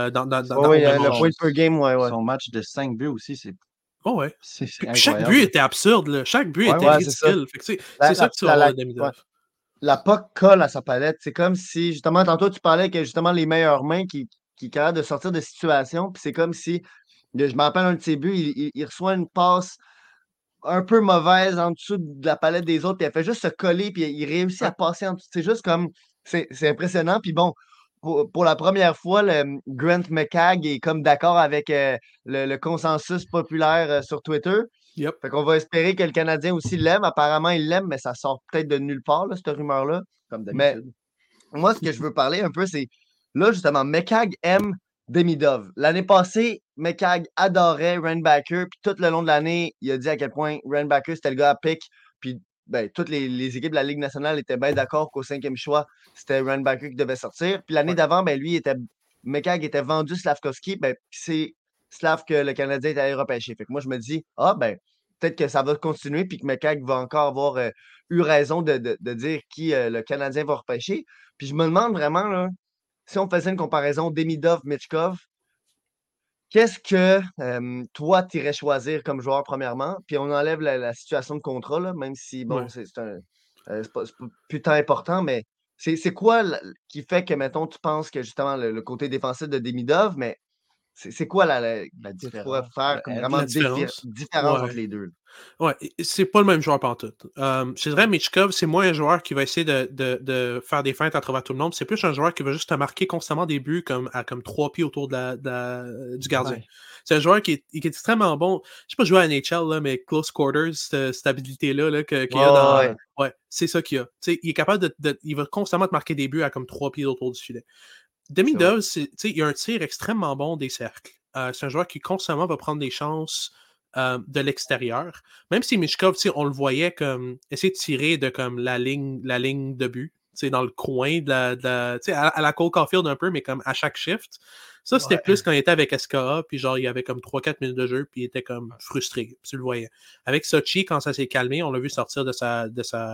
Le point per game, Son match de 5 buts aussi, c'est. Oh ouais. C'est chaque but était absurde, là. Chaque but était ridicule. C'est ça que tu vas avoir de Demidov. La POC colle à sa palette. C'est comme si, justement, tantôt, tu parlais que justement les meilleures mains qui est capable de sortir de situations. Puis c'est comme si, je me rappelle un de ses buts, il reçoit une passe un peu mauvaise en dessous de la palette des autres, puis elle fait juste se coller, puis il réussit à passer en dessous. C'est juste comme, c'est impressionnant. Puis bon, pour la première fois, Grant McCagg est comme d'accord avec le consensus populaire sur Twitter. Yep. Fait qu'on va espérer que le Canadien aussi l'aime. Apparemment, il l'aime, mais ça sort peut-être de nulle part, là, cette rumeur-là. Comme d'habitude. Mais moi, ce que je veux parler un peu, c'est là, justement, McCagg aime Demidov. L'année passée, McCagg adorait Reinbacker, puis tout le long de l'année, il a dit à quel point Reinbacker, c'était le gars à pic, puis toutes les équipes de la Ligue nationale étaient bien d'accord qu'au 5e choix, c'était Reinbacker qui devait sortir. Puis l'année d'avant, McCagg était vendu Slavkovski, puis c'est Slav que le Canadien était allé repêcher. Fait que moi, je me dis, peut-être que ça va continuer, puis que McCagg va encore avoir eu raison de dire qui le Canadien va repêcher. Puis je me demande vraiment, là, si on faisait une comparaison Demidov-Michkov, qu'est-ce que toi, tu irais choisir comme joueur, premièrement? Puis on enlève la situation de contrat, là, même si, bon, c'est pas plus tant important, mais c'est quoi qui fait que, mettons, tu penses que justement le côté défensif de Demidov, mais C'est quoi La tu pourrais différence, faire le comme edge. vraiment La différence. différence entre Ouais. les deux? Ouais, c'est pas le même joueur pantoute. Je dirais Michkov, c'est moins un joueur qui va essayer de faire des feintes à travers tout le monde. C'est plus un joueur qui va juste te marquer constamment des buts à comme 3 pieds autour du gardien. Ouais. C'est un joueur qui est extrêmement bon. Je sais pas jouer à NHL, là, mais close quarters, cette habilité-là qu'il y a dans. Ouais. Ouais, c'est ça qu'il y a. Il est capable il va constamment te marquer des buts à comme 3 pieds autour du filet. C'est vrai. Demidov, il a un tir extrêmement bon des cercles. C'est un joueur qui constamment va prendre des chances de l'extérieur. Même si Michkov, on le voyait comme essayer de tirer de comme la ligne de but, dans le coin à la Cole Caulfield un peu, mais comme à chaque shift. Ça, c'était Ouais. plus quand il était avec SKA, puis genre, il y avait comme 3-4 minutes de jeu, puis il était comme frustré, tu le voyais. Avec Sochi, quand ça s'est calmé, on l'a vu sortir de sa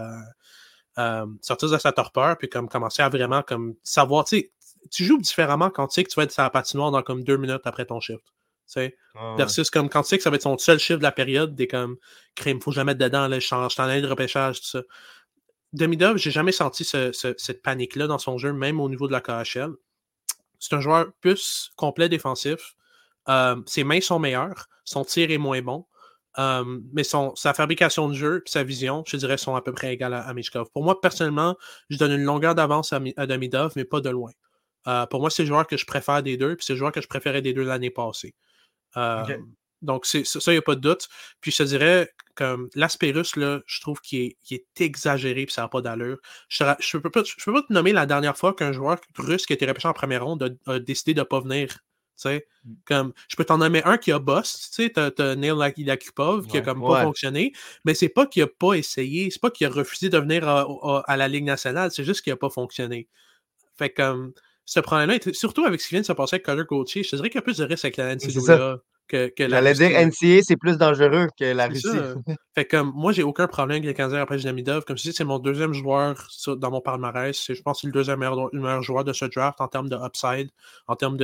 torpeur, puis comme commencer à vraiment comme savoir, tu joues différemment quand tu sais que tu vas être sur la patinoire dans comme 2 minutes après ton shift. Ouais. Versus comme quand tu sais que ça va être son seul shift de la période, t'es comme crime, faut que je la mette dedans, là, je t'en allais de repêchage, tout ça. Demidov, j'ai jamais senti cette panique-là dans son jeu, même au niveau de la KHL. C'est un joueur plus complet défensif. Ses mains sont meilleures, son tir est moins bon. Mais sa fabrication de jeu et sa vision, je dirais, sont à peu près égales à Michkov. Pour moi, personnellement, je donne une longueur d'avance à Demidov, mais pas de loin. Pour moi, c'est le joueur que je préfère des deux, puis c'est le joueur que je préférais des deux l'année passée. OK. Donc, ça, il n'y a pas de doute. Puis, je te dirais, comme l'aspect russe, là, je trouve qu'il est exagéré et ça n'a pas d'allure. Je ne peux pas te nommer la dernière fois qu'un joueur russe qui a été repêché en première ronde a décidé de ne pas venir. Comme, je peux t'en nommer un qui a boss, t'as Neil Yakupov qui a comme pas fonctionné, mais c'est pas qu'il a pas essayé, c'est pas qu'il a refusé de venir à la Ligue nationale, c'est juste qu'il a pas fonctionné. Fait comme, ce problème-là, surtout avec ce qui vient de se passer avec Connor Gauthier, je te dirais qu'il y a plus de risque avec la C'est ça. NCAA que la J'allais dire Russie. NCA, c'est plus dangereux que la C'est Russie. ça. Fait comme, moi, j'ai aucun problème avec les Canadiens après Demidov. Comme je dis, c'est mon deuxième joueur dans mon palmarès. Je pense que c'est le deuxième meilleur joueur de ce draft en termes de upside, en termes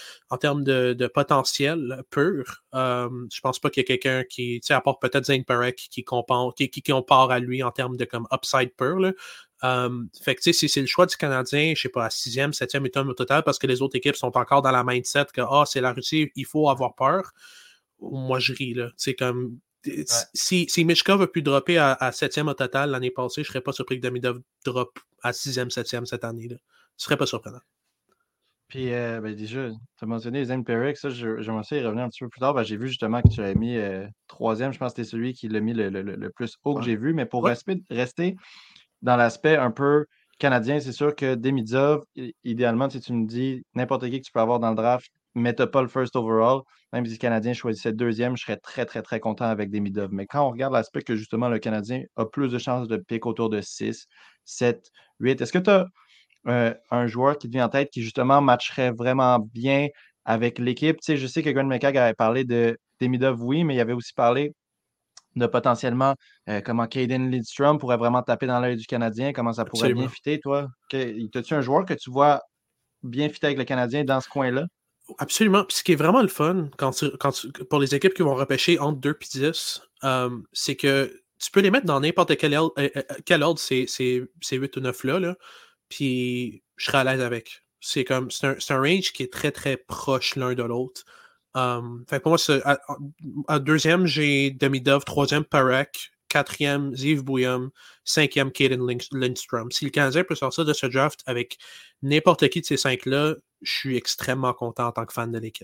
de potentiel pur. Je pense pas qu'il y ait quelqu'un qui, à part peut-être Zane Perek, qui compare à lui en termes de comme upside pur. Là. Fait que c'est le choix du Canadien, je sais pas, à 6e, 7e étoile au total, parce que les autres équipes sont encore dans la mindset que c'est la Russie, il faut avoir peur. Moi, je ris, là. C'est comme. Si Michkov a pu dropper à 7e au total l'année passée, je serais pas surpris que Demidov drop à 6e, 7e cette année-là. Ce serait pas surprenant. Puis, déjà, tu as mentionné Zane Perek, ça, j'aimerais ça y revenir un petit peu plus tard. J'ai vu justement que tu avais mis 3e, je pense que c'était celui qui l'a mis le plus haut que j'ai vu. Mais pour rester dans l'aspect un peu canadien, c'est sûr que Demidov, idéalement, si tu me dis n'importe qui que tu peux avoir dans le draft, mais tu n'as pas le first overall, même si le Canadien choisissait 2e, je serais très, très, très content avec Demidov. Mais quand on regarde l'aspect que justement le Canadien a plus de chances de pick autour de 6, 7, 8, est-ce que tu as un joueur qui te vient en tête qui justement matcherait vraiment bien avec l'équipe? Tu sais, je sais que Grant McCagg avait parlé de Demidov, oui, mais il avait aussi parlé de potentiellement comment Caden Lidstrom pourrait vraiment taper dans l'œil du Canadien, comment ça pourrait bien fitter, toi? As-tu un joueur que tu vois bien fitter avec le Canadien dans ce coin-là? Absolument. Puis ce qui est vraiment le fun pour les équipes qui vont repêcher entre 2 et 10, c'est que tu peux les mettre dans n'importe quel ordre ces 8 ou 9-là, là, puis je serais à l'aise avec. C'est un range qui est très, très proche l'un de l'autre. Fait pour moi, à 2e, j'ai Demidov, 3e, Perek, 4e, Ziv Bouillum, 5e, Caden Lindstrom. Si le Canadien peut sortir de ce draft avec n'importe qui de ces 5-là, je suis extrêmement content en tant que fan de l'équipe.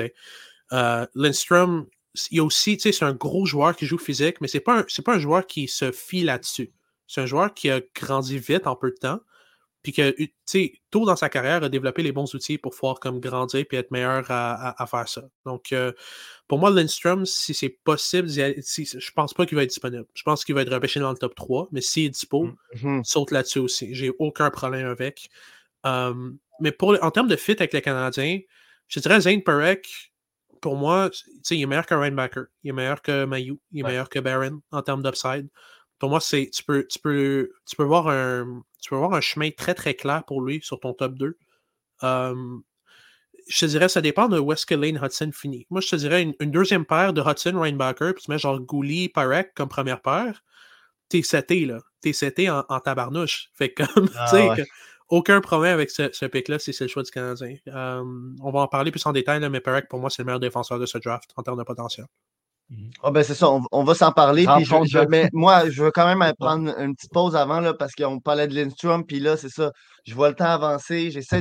Lindstrom, il y a aussi, c'est un gros joueur qui joue physique, mais c'est pas un joueur qui se fie là-dessus. C'est un joueur qui a grandi vite en peu de temps, puis que, tôt dans sa carrière, a développé les bons outils pour pouvoir comme grandir et être meilleur à faire ça. Donc, pour moi, Lindstrom, si c'est possible, je pense pas qu'il va être disponible. Je pense qu'il va être repêché dans le top 3, mais s'il est dispo, saute là-dessus aussi. J'ai aucun problème avec. Mais en termes de fit avec les Canadiens, je dirais Zane Perek, pour moi, il est meilleur que Reinbacker, il est meilleur que Mailloux, il est meilleur que Barron en termes d'upside. Pour moi, tu peux voir un chemin très très clair pour lui sur ton top 2. Je te dirais, ça dépend de où est-ce que Lane Hudson finit. Moi, je te dirais une deuxième paire de Hudson, Reinbacker, puis tu mets genre Gouli, Perek comme première paire. T'es seté, là. T'es seté en tabarnouche. Fait comme, aucun problème avec ce pick-là si c'est le choix du Canadien. On va en parler plus en détail, là, mais Perek, pour moi, c'est le meilleur défenseur de ce draft en termes de potentiel. Ah ben c'est ça, on va s'en parler. Puis Rentrons dedans. mais moi, je veux quand même prendre une petite pause avant là, parce qu'on parlait de Lindstrom, puis là, c'est ça. Je vois le temps avancer. J'essaie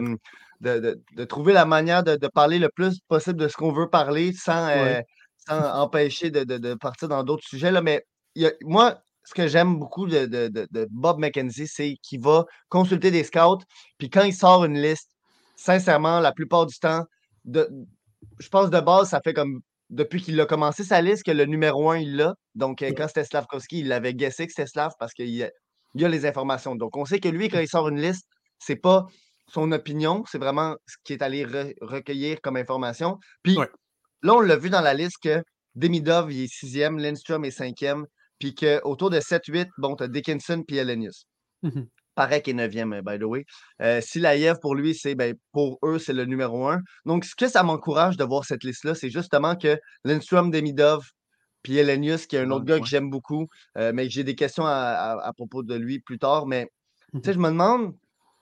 de trouver la manière de parler le plus possible de ce qu'on veut parler sans empêcher de partir dans d'autres sujets. Là. Mais moi, ce que j'aime beaucoup de Bob McKenzie, c'est qu'il va consulter des scouts, puis quand il sort une liste, sincèrement, la plupart du temps, je pense de base, ça fait comme depuis qu'il a commencé sa liste, que le numéro 1, il l'a. Donc, quand c'était Slavkovski, il l'avait guessé que c'était Slav parce qu'il y a les informations. Donc, on sait que lui, quand il sort une liste, c'est pas son opinion, c'est vraiment ce qu'il est allé recueillir comme information. Puis là, on l'a vu dans la liste que Demidov, il est 6e, Lindstrom est 5e, puis qu'autour de 7-8, bon, tu as Dickinson puis Elenius. Mhm. Parek est 9e, by the way. Silaev, pour lui, pour eux, c'est le numéro 1. Donc, ce que ça m'encourage de voir cette liste-là, c'est justement que Lindstrom, Demidov, puis Elenius, qui est un autre gars que j'aime beaucoup, mais j'ai des questions à propos de lui plus tard. Mais, tu sais, je me demande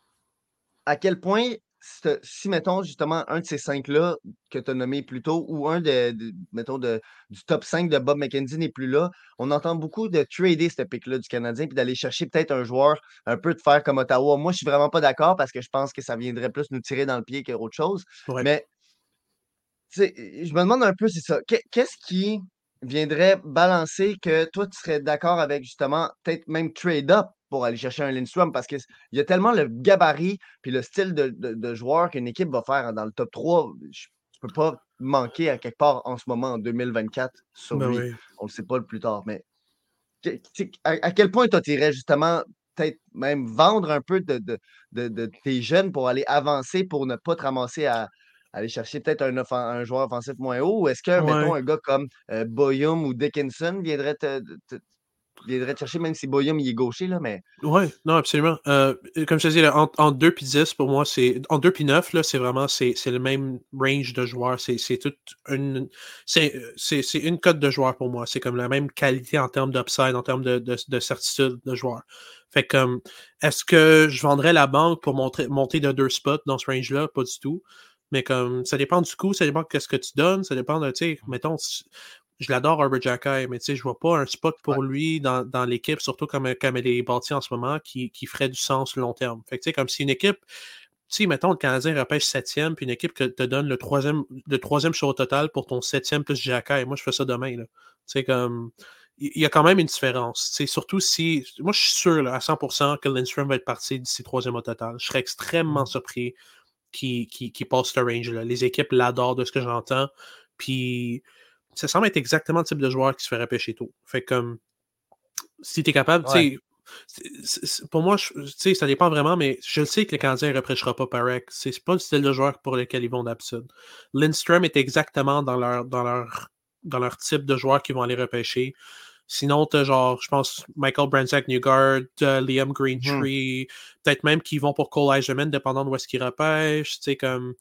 à quel point, si, mettons, justement, un de ces 5-là que tu as nommé plus tôt, ou un mettons, du top 5 de Bob McKenzie n'est plus là, on entend beaucoup de trader ce pick-là du Canadien, puis d'aller chercher peut-être un joueur un peu de faire comme Ottawa. Moi, je suis vraiment pas d'accord parce que je pense que ça viendrait plus nous tirer dans le pied qu'autre chose. Ouais. Mais, tu sais, je me demande un peu, c'est ça. Qu'est-ce qui viendrait balancer que toi, tu serais d'accord avec justement peut-être même trade-up pour aller chercher un Lindstrom parce qu'il y a tellement le gabarit puis le style de joueur qu'une équipe va faire dans le top 3. Tu ne peux pas manquer à quelque part en ce moment, en 2024, sur Ben lui. oui. On ne le sait pas le plus tard. Mais à quel point toi, tu irais justement peut-être même vendre un peu de tes jeunes pour aller avancer pour ne pas te ramasser à aller chercher peut-être un joueur offensif moins haut? Ou est-ce que, mettons, Ouais. un gars comme Boyum ou Dickinson viendrait te chercher, même si Boyum il est gaucher, là, mais. Ouais, non, absolument. Comme je te dis, là, entre 2 et 10, pour moi, c'est. Entre 2 et 9, là, c'est vraiment c'est le même range de joueurs. C'est toute une. C'est une cote de joueurs pour moi. C'est comme la même qualité en termes d'upside, en termes de certitude de joueurs. Fait que est-ce que je vendrais la banque pour monter de 2 spots dans ce range-là? Pas du tout. Mais comme ça dépend du coup, ça dépend de ce que tu donnes, ça dépend de, tu sais, mettons, je l'adore, Herbert Jacquet, mais tu sais, je vois pas un spot pour lui dans l'équipe, surtout comme elle est bâtie en ce moment, qui ferait du sens long terme. Fait que tu sais, comme si une équipe, si, mettons, le Canadien repêche 7e, puis une équipe que te donne le troisième choix au total pour ton 7e plus Jacquet, moi, je fais ça demain, là. Tu sais, comme, il y a quand même une différence. C'est surtout si, moi, je suis sûr, là, à 100% que Lindstrom va être parti d'ici 3e au total. Je serais extrêmement surpris qu'il passe ce range-là. Les équipes l'adorent de ce que j'entends, puis ça semble être exactement le type de joueur qui se fait repêcher tôt. Fait que, comme, si t'es capable, tu sais, pour moi, tu sais, ça dépend vraiment, mais je le sais que les Canadiens ne repêchera pas Parek. C'est pas le style de joueur pour lequel ils vont d'habitude. Lindstrom est exactement dans leur type de joueur qu'ils vont aller repêcher. Sinon, t'as genre, je pense, Michael Bransack Newgard, Liam Greentree, peut-être même qu'ils vont pour Cole Eiserman, dépendant de où est-ce qu'ils repêchent. Tu sais, comme.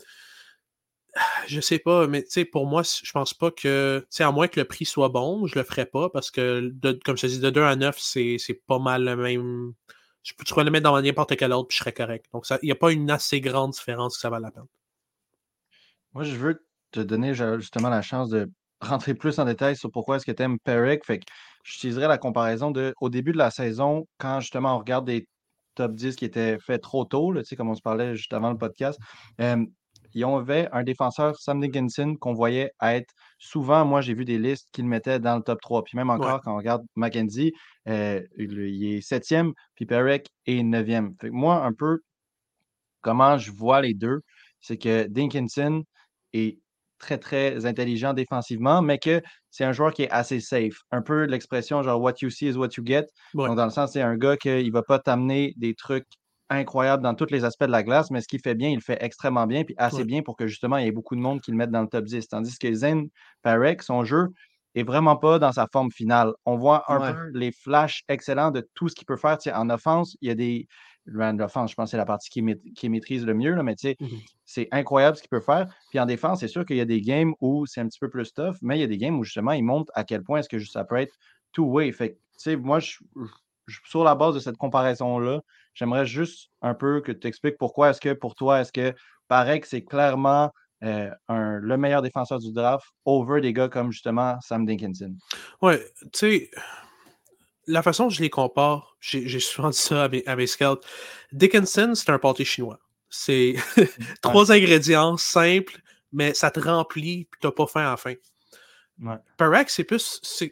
Je sais pas, mais tu sais, pour moi, je pense pas que. Tu sais, à moins que le prix soit bon, je le ferais pas parce que, comme je te dis, de 2 à 9, c'est pas mal le même. Tu pourrais le mettre dans n'importe quel autre, puis je serais correct. Donc, il n'y a pas une assez grande différence que ça vaut la peine. Moi, je veux te donner justement la chance de rentrer plus en détail sur pourquoi est-ce que tu aimes Perrick. Fait que j'utiliserai la comparaison au début de la saison, quand justement on regarde des top 10 qui étaient faits trop tôt, là, tu sais, comme on se parlait juste avant le podcast. Ils avait un défenseur, Sam Dickinson, qu'on voyait être souvent, moi j'ai vu des listes qu'il mettait dans le top 3. Puis même encore, quand on regarde McKenzie, il est 7e, puis Perrick est 9e. Fait que moi, un peu, comment je vois les deux, c'est que Dickinson est très, très intelligent défensivement, mais que c'est un joueur qui est assez safe. Un peu l'expression genre what you see is what you get. Ouais. Donc, dans le sens, c'est un gars qui ne va pas t'amener des trucs incroyables dans tous les aspects de la glace, mais ce qu'il fait bien, il le fait extrêmement bien, puis assez bien pour que justement, il y ait beaucoup de monde qui le mette dans le top 10. Tandis que Zen Parek, son jeu est vraiment pas dans sa forme finale. On voit un peu les flashs excellents de tout ce qu'il peut faire. Tu sais, en offense, il y a des. L'offense, je pense que c'est la partie qui maîtrise le mieux, là, mais tu sais, c'est incroyable ce qu'il peut faire. Puis en défense, c'est sûr qu'il y a des games où c'est un petit peu plus tough, mais il y a des games où justement, il montre à quel point est-ce que ça peut être two-way. Fait que, tu sais, moi, sur la base de cette comparaison-là, j'aimerais juste un peu que tu expliques pourquoi est-ce que pour toi, est-ce que paraît que c'est clairement le meilleur défenseur du draft over des gars comme justement Sam Dickinson. Ouais, tu sais, la façon dont je les compare, j'ai souvent dit ça à mes scouts. Dickinson, c'est un pâté chinois. C'est 3 ingrédients simples, mais ça te remplit puis t'as pas faim à la fin. Ouais. Parak, c'est plus. C'est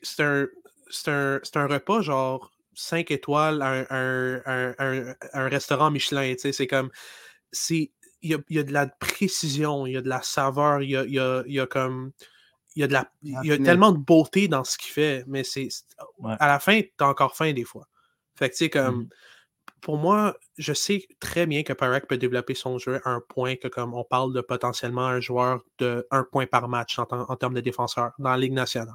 un repas genre 5 étoiles un restaurant Michelin. C'est comme. Il y a de la précision, il y a de la saveur, il y a comme. Il y a tellement de beauté dans ce qu'il fait, mais à la fin, t'as encore faim des fois. Fait que tu sais, comme. Pour moi, je sais très bien que Parak peut développer son jeu à un point que, comme on parle de potentiellement un joueur de 1 point par match en termes de défenseur dans la Ligue nationale.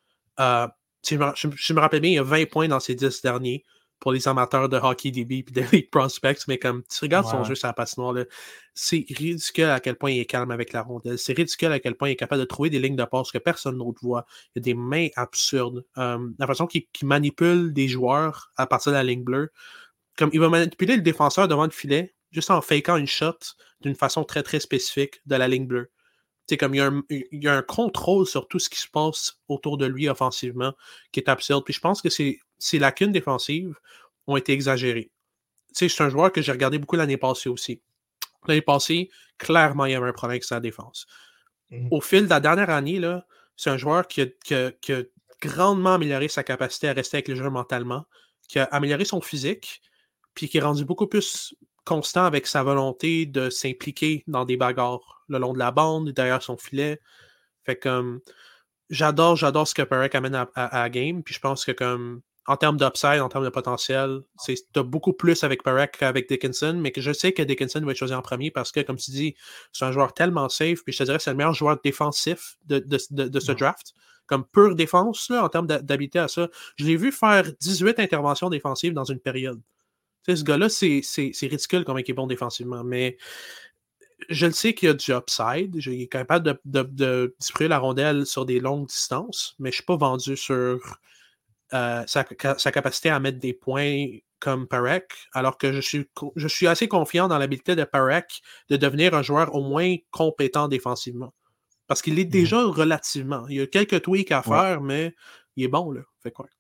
Si je me rappelle bien, il y a 20 points dans ses 10 derniers pour les amateurs de hockey DB et de League Prospects, mais comme tu regardes son jeu sur la patinoire, là, c'est ridicule à quel point il est calme avec la rondelle. C'est ridicule à quel point il est capable de trouver des lignes de passe que personne d'autre voit. Il y a des mains absurdes. La façon qu'il manipule des joueurs à partir de la ligne bleue, comme il va manipuler le défenseur devant le filet juste en fakeant une shot d'une façon très très spécifique de la ligne bleue. C'est comme il y a un contrôle sur tout ce qui se passe autour de lui offensivement qui est absurde. Puis je pense que ces lacunes défensives ont été exagérées. C'est un joueur que j'ai regardé beaucoup l'année passée aussi. L'année passée, clairement, il y avait un problème avec sa défense. Au fil de la dernière année, là, c'est un joueur qui a grandement amélioré sa capacité à rester avec le jeu mentalement, qui a amélioré son physique, puis qui est rendu beaucoup plus constant avec sa volonté de s'impliquer dans des bagarres le long de la bande, derrière son filet. Fait comme j'adore ce que Parak amène à la game, puis je pense que comme en termes d'upside, en termes de potentiel, t'as beaucoup plus avec Parak qu'avec Dickinson, mais que je sais que Dickinson va être choisi en premier parce que, comme tu dis, c'est un joueur tellement safe, puis je te dirais que c'est le meilleur joueur défensif de ce draft. Comme pure défense, là, en termes d'habilité à ça. Je l'ai vu faire 18 interventions défensives dans une période. Tu sais, ce gars-là, c'est ridicule comment il est bon défensivement, mais je le sais qu'il y a du upside. Il est capable de distribuer la rondelle sur des longues distances, mais je ne suis pas vendu sur sa capacité à mettre des points comme Parak, alors que je suis assez confiant dans l'habilité de Parak de devenir un joueur au moins compétent défensivement. Parce qu'il est déjà relativement. Il y a quelques tweaks à faire, mais il est bon, là. Fait quoi?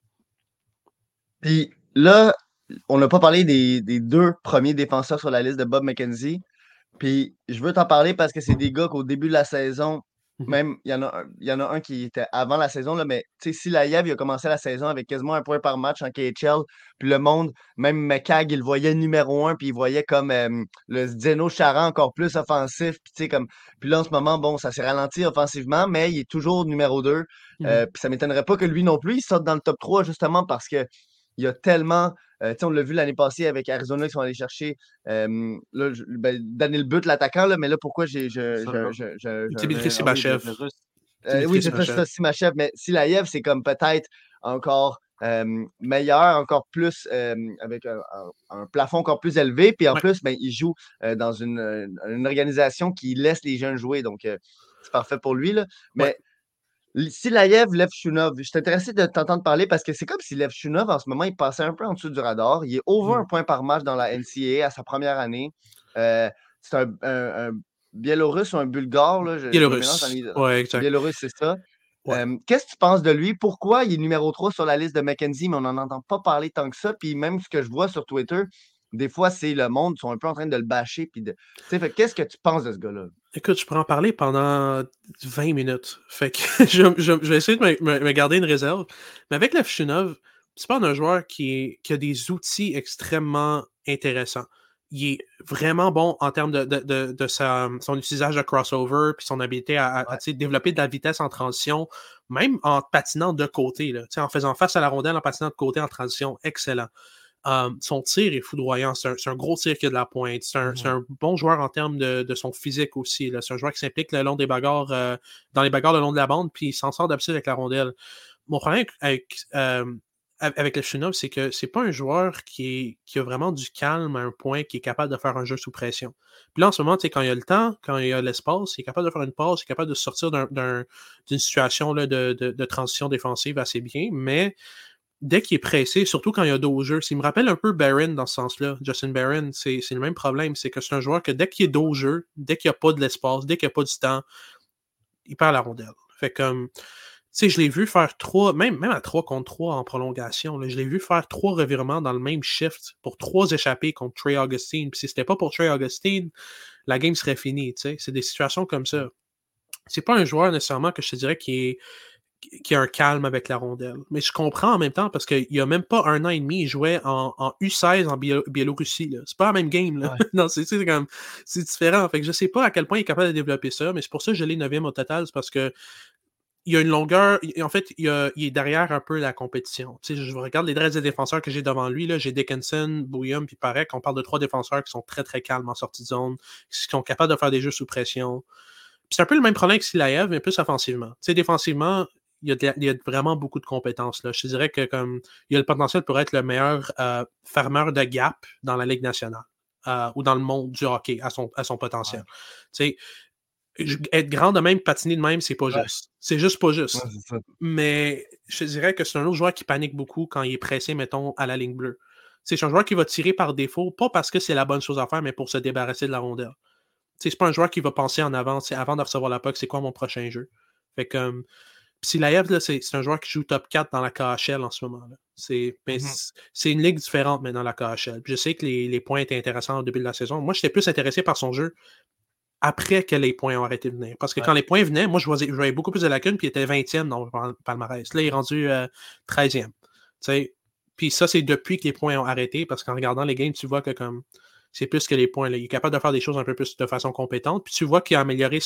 Puis là, on n'a pas parlé des 2 premiers défenseurs sur la liste de Bob McKenzie. Puis je veux t'en parler parce que c'est des gars qu'au début de la saison, même il y en a un qui était avant la saison, là, mais tu sais, Silayev, il a commencé la saison avec quasiment 1 point par match en KHL. Puis le monde, même McCagg, il le voyait numéro 1, puis il voyait comme le Zdeno Chara encore plus offensif. Puis tu sais, comme. Puis là, en ce moment, bon, ça s'est ralenti offensivement, mais il est toujours numéro 2. Puis ça m'étonnerait pas que lui non plus, il sorte dans le top 3 justement parce que il y a tellement. On l'a vu l'année passée avec Arizona qui sont allés chercher Daniel But, l'attaquant, là, mais là, pourquoi Dimitri Sibachev. Oui, c'est ça, Simachev, mais Silayev, c'est comme peut-être encore meilleur, encore plus, avec un plafond encore plus élevé, puis en plus, ben, il joue dans une organisation qui laisse les jeunes jouer, donc c'est parfait pour lui, là. Mais Silayev, Levchunov, je suis intéressé de t'entendre parler parce que c'est comme si Levchunov, en ce moment, il passait un peu en dessous du radar. Il est over 1 point par match dans la NCAA à sa première année. C'est un Biélorusse ou un Bulgare. Là, Biélorusse. Ouais, exact. Biélorusse, c'est ça. Ouais. Qu'est-ce que tu penses de lui? Pourquoi il est numéro 3 sur la liste de McKenzie, mais on n'en entend pas parler tant que ça? Puis même ce que je vois sur Twitter, des fois, c'est le monde, ils sont un peu en train de le bâcher. Puis qu'est-ce que tu penses de ce gars-là? Écoute, je pourrais en parler pendant 20 minutes. Fait que je vais essayer de me garder une réserve. Mais avec Levchunov, tu parles d'un joueur qui a des outils extrêmement intéressants. Il est vraiment bon en termes de son utilisation de crossover puis son habilité à développer de la vitesse en transition, même en patinant de côté, là, en faisant face à la rondelle, en patinant de côté en transition. Excellent. Son tir est foudroyant. C'est un gros tir qui a de la pointe. C'est un bon joueur en termes de son physique aussi. C'est un joueur qui s'implique le long des bagarres, dans les bagarres le long de la bande, puis il s'en sort d'habitude avec la rondelle. Mon problème avec Levchunov, c'est que c'est pas un joueur qui a vraiment du calme à un point qui est capable de faire un jeu sous pression. Puis là, en ce moment, quand il y a le temps, quand il y a l'espace, il est capable de faire une passe, il est capable de sortir d'une situation là, de transition défensive assez bien, mais dès qu'il est pressé, surtout quand il y a dos au jeu, il me rappelle un peu Barron dans ce sens-là. Justin Barron, c'est le même problème. C'est que c'est un joueur que dès qu'il est dos au jeu, dès qu'il n'y a pas de l'espace, dès qu'il n'y a pas du temps, il perd la rondelle. Fait comme, tu sais, je l'ai vu faire 3, même à 3 contre 3 en prolongation, là, je l'ai vu faire 3 revirements dans le même shift pour 3 échappées contre Trey Augustine. Puis si c'était pas pour Trey Augustine, la game serait finie, tu sais. C'est des situations comme ça. C'est pas un joueur nécessairement que je te dirais qui a un calme avec la rondelle. Mais je comprends en même temps parce qu'il y a même pas 1 an et demi, il jouait en U16 en Biélorussie. Là. C'est pas la même game. Là. Ouais. Non, c'est différent. Fait que je sais pas à quel point il est capable de développer ça, mais c'est pour ça que je l'ai 9e au total. C'est parce que il y a une longueur. En fait, il est derrière un peu la compétition. Tu sais, je regarde les restes des défenseurs que j'ai devant lui. Là, j'ai Dickinson, Bouillum, puis Parek. On parle de 3 défenseurs qui sont très, très calmes en sortie de zone, qui sont capables de faire des jeux sous pression. Puis c'est un peu le même problème que Silaev, mais plus offensivement. Tu sais, défensivement, il y a vraiment beaucoup de compétences. Là. Je te dirais que comme il y a le potentiel pour être le meilleur fermeur de gap dans la Ligue nationale ou dans le monde du hockey à son potentiel. Ouais. Tu sais, être grand de même, patiner de même, c'est pas juste. C'est juste pas juste. Ouais, c'est ça. Mais je te dirais que c'est un autre joueur qui panique beaucoup quand il est pressé, mettons, à la ligne bleue. C'est un joueur qui va tirer par défaut, pas parce que c'est la bonne chose à faire, mais pour se débarrasser de la rondelle. C'est pas un joueur qui va penser en avant, avant de recevoir la puck, c'est quoi mon prochain jeu. Fait que Silaev, là, c'est un joueur qui joue top 4 dans la KHL en ce moment. Là. C'est une ligue différente maintenant, la KHL. Puis je sais que les points étaient intéressants au début de la saison. Moi, j'étais plus intéressé par son jeu après que les points ont arrêté de venir. Parce que quand les points venaient, moi, je voyais beaucoup plus de lacunes, puis il était 20e dans le palmarès. Là, il est rendu 13e. Puis ça, c'est depuis que les points ont arrêté, parce qu'en regardant les games, tu vois que comme c'est plus que les points. Là. Il est capable de faire des choses un peu plus de façon compétente. Puis tu vois qu'il a amélioré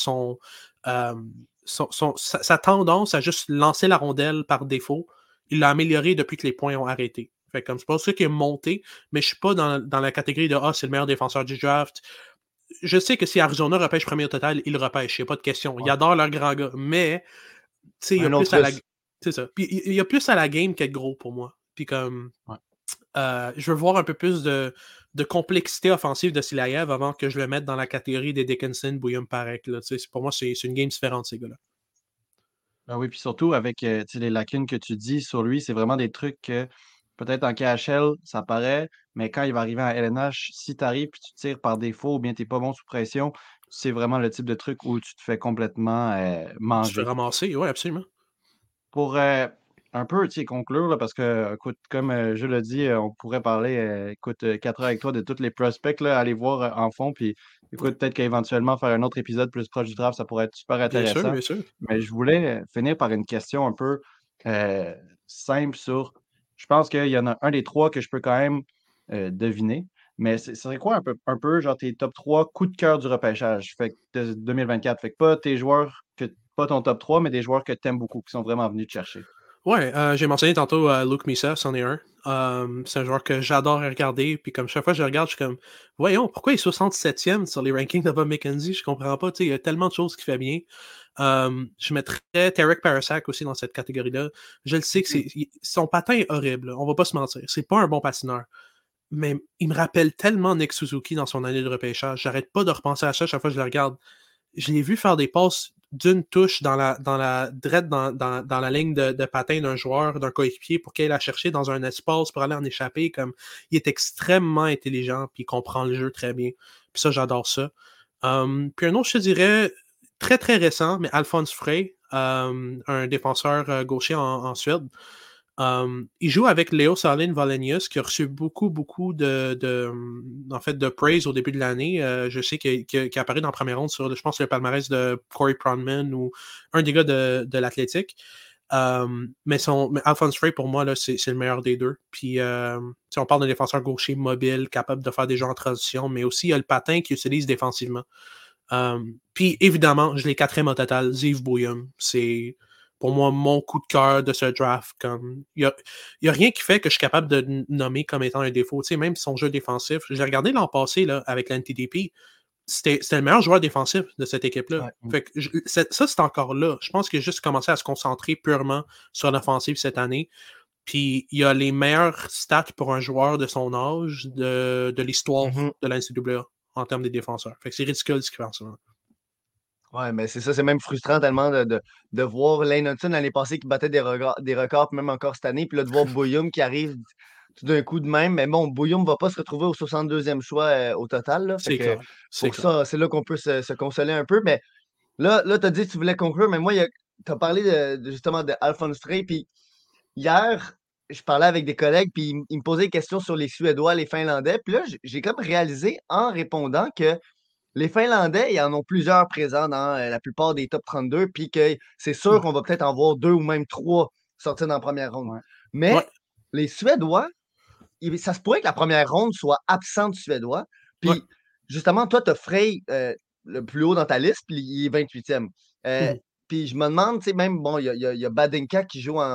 sa tendance à juste lancer la rondelle par défaut. Il l'a amélioré depuis que les points ont arrêté. Fait comme c'est pas ça qu'il est monté, mais je suis pas dans la catégorie de c'est le meilleur défenseur du draft. Je sais que si Arizona repêche premier au total, il repêche, il n'y a pas de question. Il adore leur grand gars, mais il y a plus à la. C'est ça. Puis il y a plus à la game qu'être gros pour moi. Puis comme je veux voir un peu plus de complexité offensive de Silaev avant que je le mette dans la catégorie des Dickinson, Bouillum, Parek. Là. Pour moi, c'est une game différente, ces gars-là. Ah oui, puis surtout avec les lacunes que tu dis sur lui, c'est vraiment des trucs que peut-être en KHL, ça paraît, mais quand il va arriver en LNH, si tu arrives et tu tires par défaut ou bien tu n'es pas bon sous pression, c'est vraiment le type de truc où tu te fais complètement Tu te manger. fais ramasser, oui, absolument. Pour un peu conclure, là, parce que, écoute, comme je l'ai dit, on pourrait parler, écoute, 4 heures avec toi de tous les prospects, là, aller voir en fond, puis écoute, peut-être qu'éventuellement faire un autre épisode plus proche du draft, ça pourrait être super intéressant. Bien sûr. Mais je voulais finir par une question un peu simple sur. Je pense qu'il y en a un des 3 que je peux quand même deviner. Mais ce serait quoi un peu genre tes top 3 coups de cœur du repêchage fait que de 2024? Fait que pas tes joueurs pas ton top 3, mais des joueurs que tu aimes beaucoup, qui sont vraiment venus te chercher. Ouais, j'ai mentionné tantôt Luke Misa, c'en est un. C'est un joueur que j'adore regarder, puis comme chaque fois que je regarde, je suis comme, voyons, pourquoi il est 67e sur les rankings de Bob McKenzie? Je comprends pas, il y a tellement de choses qu'il fait bien. Je mettrais Tarek Parasak aussi dans cette catégorie-là. Je le sais que son patin est horrible, on va pas se mentir. C'est pas un bon patineur. Mais il me rappelle tellement Nick Suzuki dans son année de repêchage. J'arrête pas de repenser à ça chaque fois que je le regarde. Je l'ai vu faire des passes d'une touche dans la ligne de patin d'un joueur, d'un coéquipier pour qu'il aille la chercher dans un espace pour aller en échapper. Comme, il est extrêmement intelligent puis il comprend le jeu très bien. Puis ça, j'adore ça. Puis un autre, je te dirais, très très récent, mais Alphonse Frey, un défenseur gaucher en Suède. Il joue avec Leo Salin Valenius, qui a reçu beaucoup de praise au début de l'année. Je sais qu'il apparaît dans la première ronde sur, je pense, le palmarès de Corey Pronman ou un des gars de l'Athletic. Mais Alphonse Frey, pour moi, là, c'est le meilleur des deux. Puis, on parle d'un défenseur gaucher mobile, capable de faire des jeux en transition, mais aussi il y a le patin qu'il utilise défensivement. Puis, évidemment, je l'ai 4e au total, Ziv Bouillum. C'est pour moi mon coup de cœur de ce draft. Il n'y a rien qui fait que je suis capable de nommer comme étant un défaut. Même son jeu défensif. J'ai regardé l'an passé là, avec l'NTDP. C'était le meilleur joueur défensif de cette équipe-là. Ouais. Fait que ça, c'est encore là. Je pense qu'il a juste commencé à se concentrer purement sur l'offensive cette année. Puis il a les meilleurs stats pour un joueur de son âge de l'histoire de la NCAA en termes des défenseurs. Fait que c'est ridicule ce qu'il fait en ce moment. Ouais, mais c'est ça, c'est même frustrant tellement de voir Lane Hutson l'année passée qui battait des records, puis même encore cette année, puis là, de voir Boyum qui arrive tout d'un coup de même. Mais bon, Boyum ne va pas se retrouver au 62e choix au total. Là. Fait C'est que clair. C'est pour clair. ça, c'est là qu'on peut se consoler un peu. Mais là tu as dit que tu voulais conclure, mais moi, tu as parlé justement de Alphonse Frey, puis hier, je parlais avec des collègues, puis ils me posaient des questions sur les Suédois, les Finlandais. Puis là, j'ai comme réalisé en répondant que les Finlandais, ils en ont plusieurs présents dans la plupart des top 32, puis que c'est sûr Ouais. qu'on va peut-être en voir 2 ou même 3 sortir dans la première ronde. Ouais. Mais Ouais. les Suédois, ça se pourrait que la première ronde soit absente Suédois. Ouais. Puis justement, toi, tu as Frey le plus haut dans ta liste, puis il est 28e. Mhm. Puis je me demande, tu sais, même, bon, il y a Badinka qui joue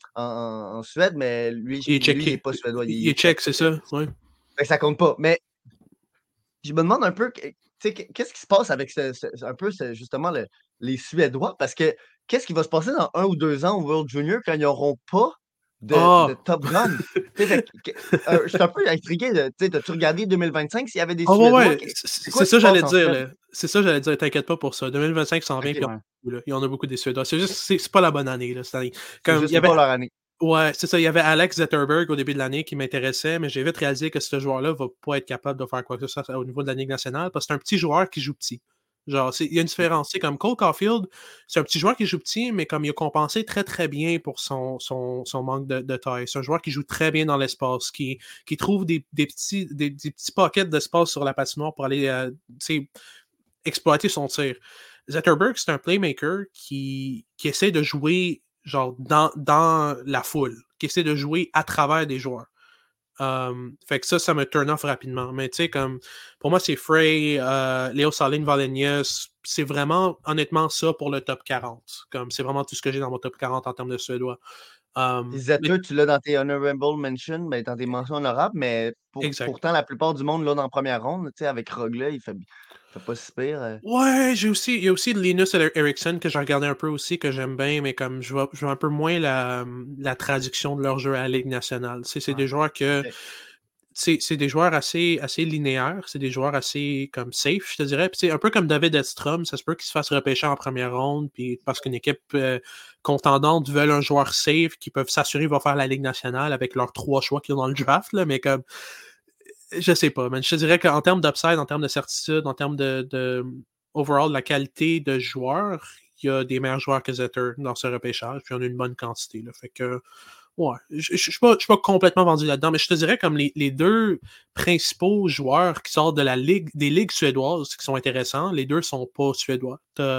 en Suède, mais lui, Il est il n'est checké. pas Suédois, Il il est est check, tchèque. c'est ça. Ouais. Fait que ça compte pas. Mais je me demande un peu, tu sais, qu'est-ce qui se passe avec un peu justement les Suédois? Parce que qu'est-ce qui va se passer dans 1 ou 2 ans au World Junior quand ils n'auront pas de Ah! Top Gun? Tu sais, je suis un peu intrigué. Tu sais, as-tu regardé 2025 s'il y avait des Ah ouais, Suédois? ouais, C'est c'est quoi qui ça se passe j'allais en dire, Suède? là. C'est ça j'allais dire, t'inquiète pas pour ça. 2025 s'en vient, puis OK, Ouais. il y en a beaucoup des Suédois. C'est juste, c'est pas la bonne année, là, cette année. c'est Comme, il y juste avait, pas leur année. ouais, c'est ça, il y avait Alex Zetterberg au début de l'année qui m'intéressait, mais j'ai vite réalisé que ce joueur-là va pas être capable de faire quoi que ce soit au niveau de la Ligue nationale, parce que c'est un petit joueur qui joue petit. Genre, il y a une différence. C'est comme Cole Caulfield, c'est un petit joueur qui joue petit, mais comme il a compensé très très bien pour son manque de taille. C'est un joueur qui joue très bien dans l'espace, qui trouve des petits pockets d'espace sur la patinoire pour aller exploiter son tir. Zetterberg, c'est un playmaker qui essaie de jouer genre dans la foule, qui essaie de jouer à travers des joueurs. Fait que ça me turn off rapidement. Mais tu sais, comme pour moi, c'est Frey, Leo Salin Valenius. C'est vraiment, honnêtement, ça pour le top 40. Comme c'est vraiment tout ce que j'ai dans mon top 40 en termes de Suédois. Puis Mais, Zetter, tu l'as dans tes honorable mentions, ben, dans tes mentions honorables, mais exact. pourtant, la plupart du monde, là, dans la première ronde, tu sais, avec Rogla, il fait pas si pire. Ouais, il y a aussi Linus Eriksson que j'ai regardé un peu aussi, que j'aime bien, mais comme je vois un peu moins la traduction de leur jeu à la Ligue nationale. C'est Ouais. des joueurs que. OK. C'est des joueurs assez linéaires, c'est des joueurs assez comme safe, je te dirais. Puis c'est un peu comme David Edstrom, ça se peut qu'il se fasse repêcher en première ronde, puis parce qu'une équipe contendante veut un joueur safe qui peuvent s'assurer qu'il va faire la Ligue nationale avec leurs 3 choix qu'ils ont dans le draft, là, mais comme je sais pas, man. Je te dirais qu'en termes d'upside, en termes de certitude, en termes de overall, la qualité de joueur, il y a des meilleurs joueurs que Zetter dans ce repêchage, puis on a une bonne quantité. Là. Fait que, ouais, je suis pas complètement vendu là-dedans, mais je te dirais comme les 2 principaux joueurs qui sortent de des ligues suédoises qui sont intéressants, les 2 sont pas suédois.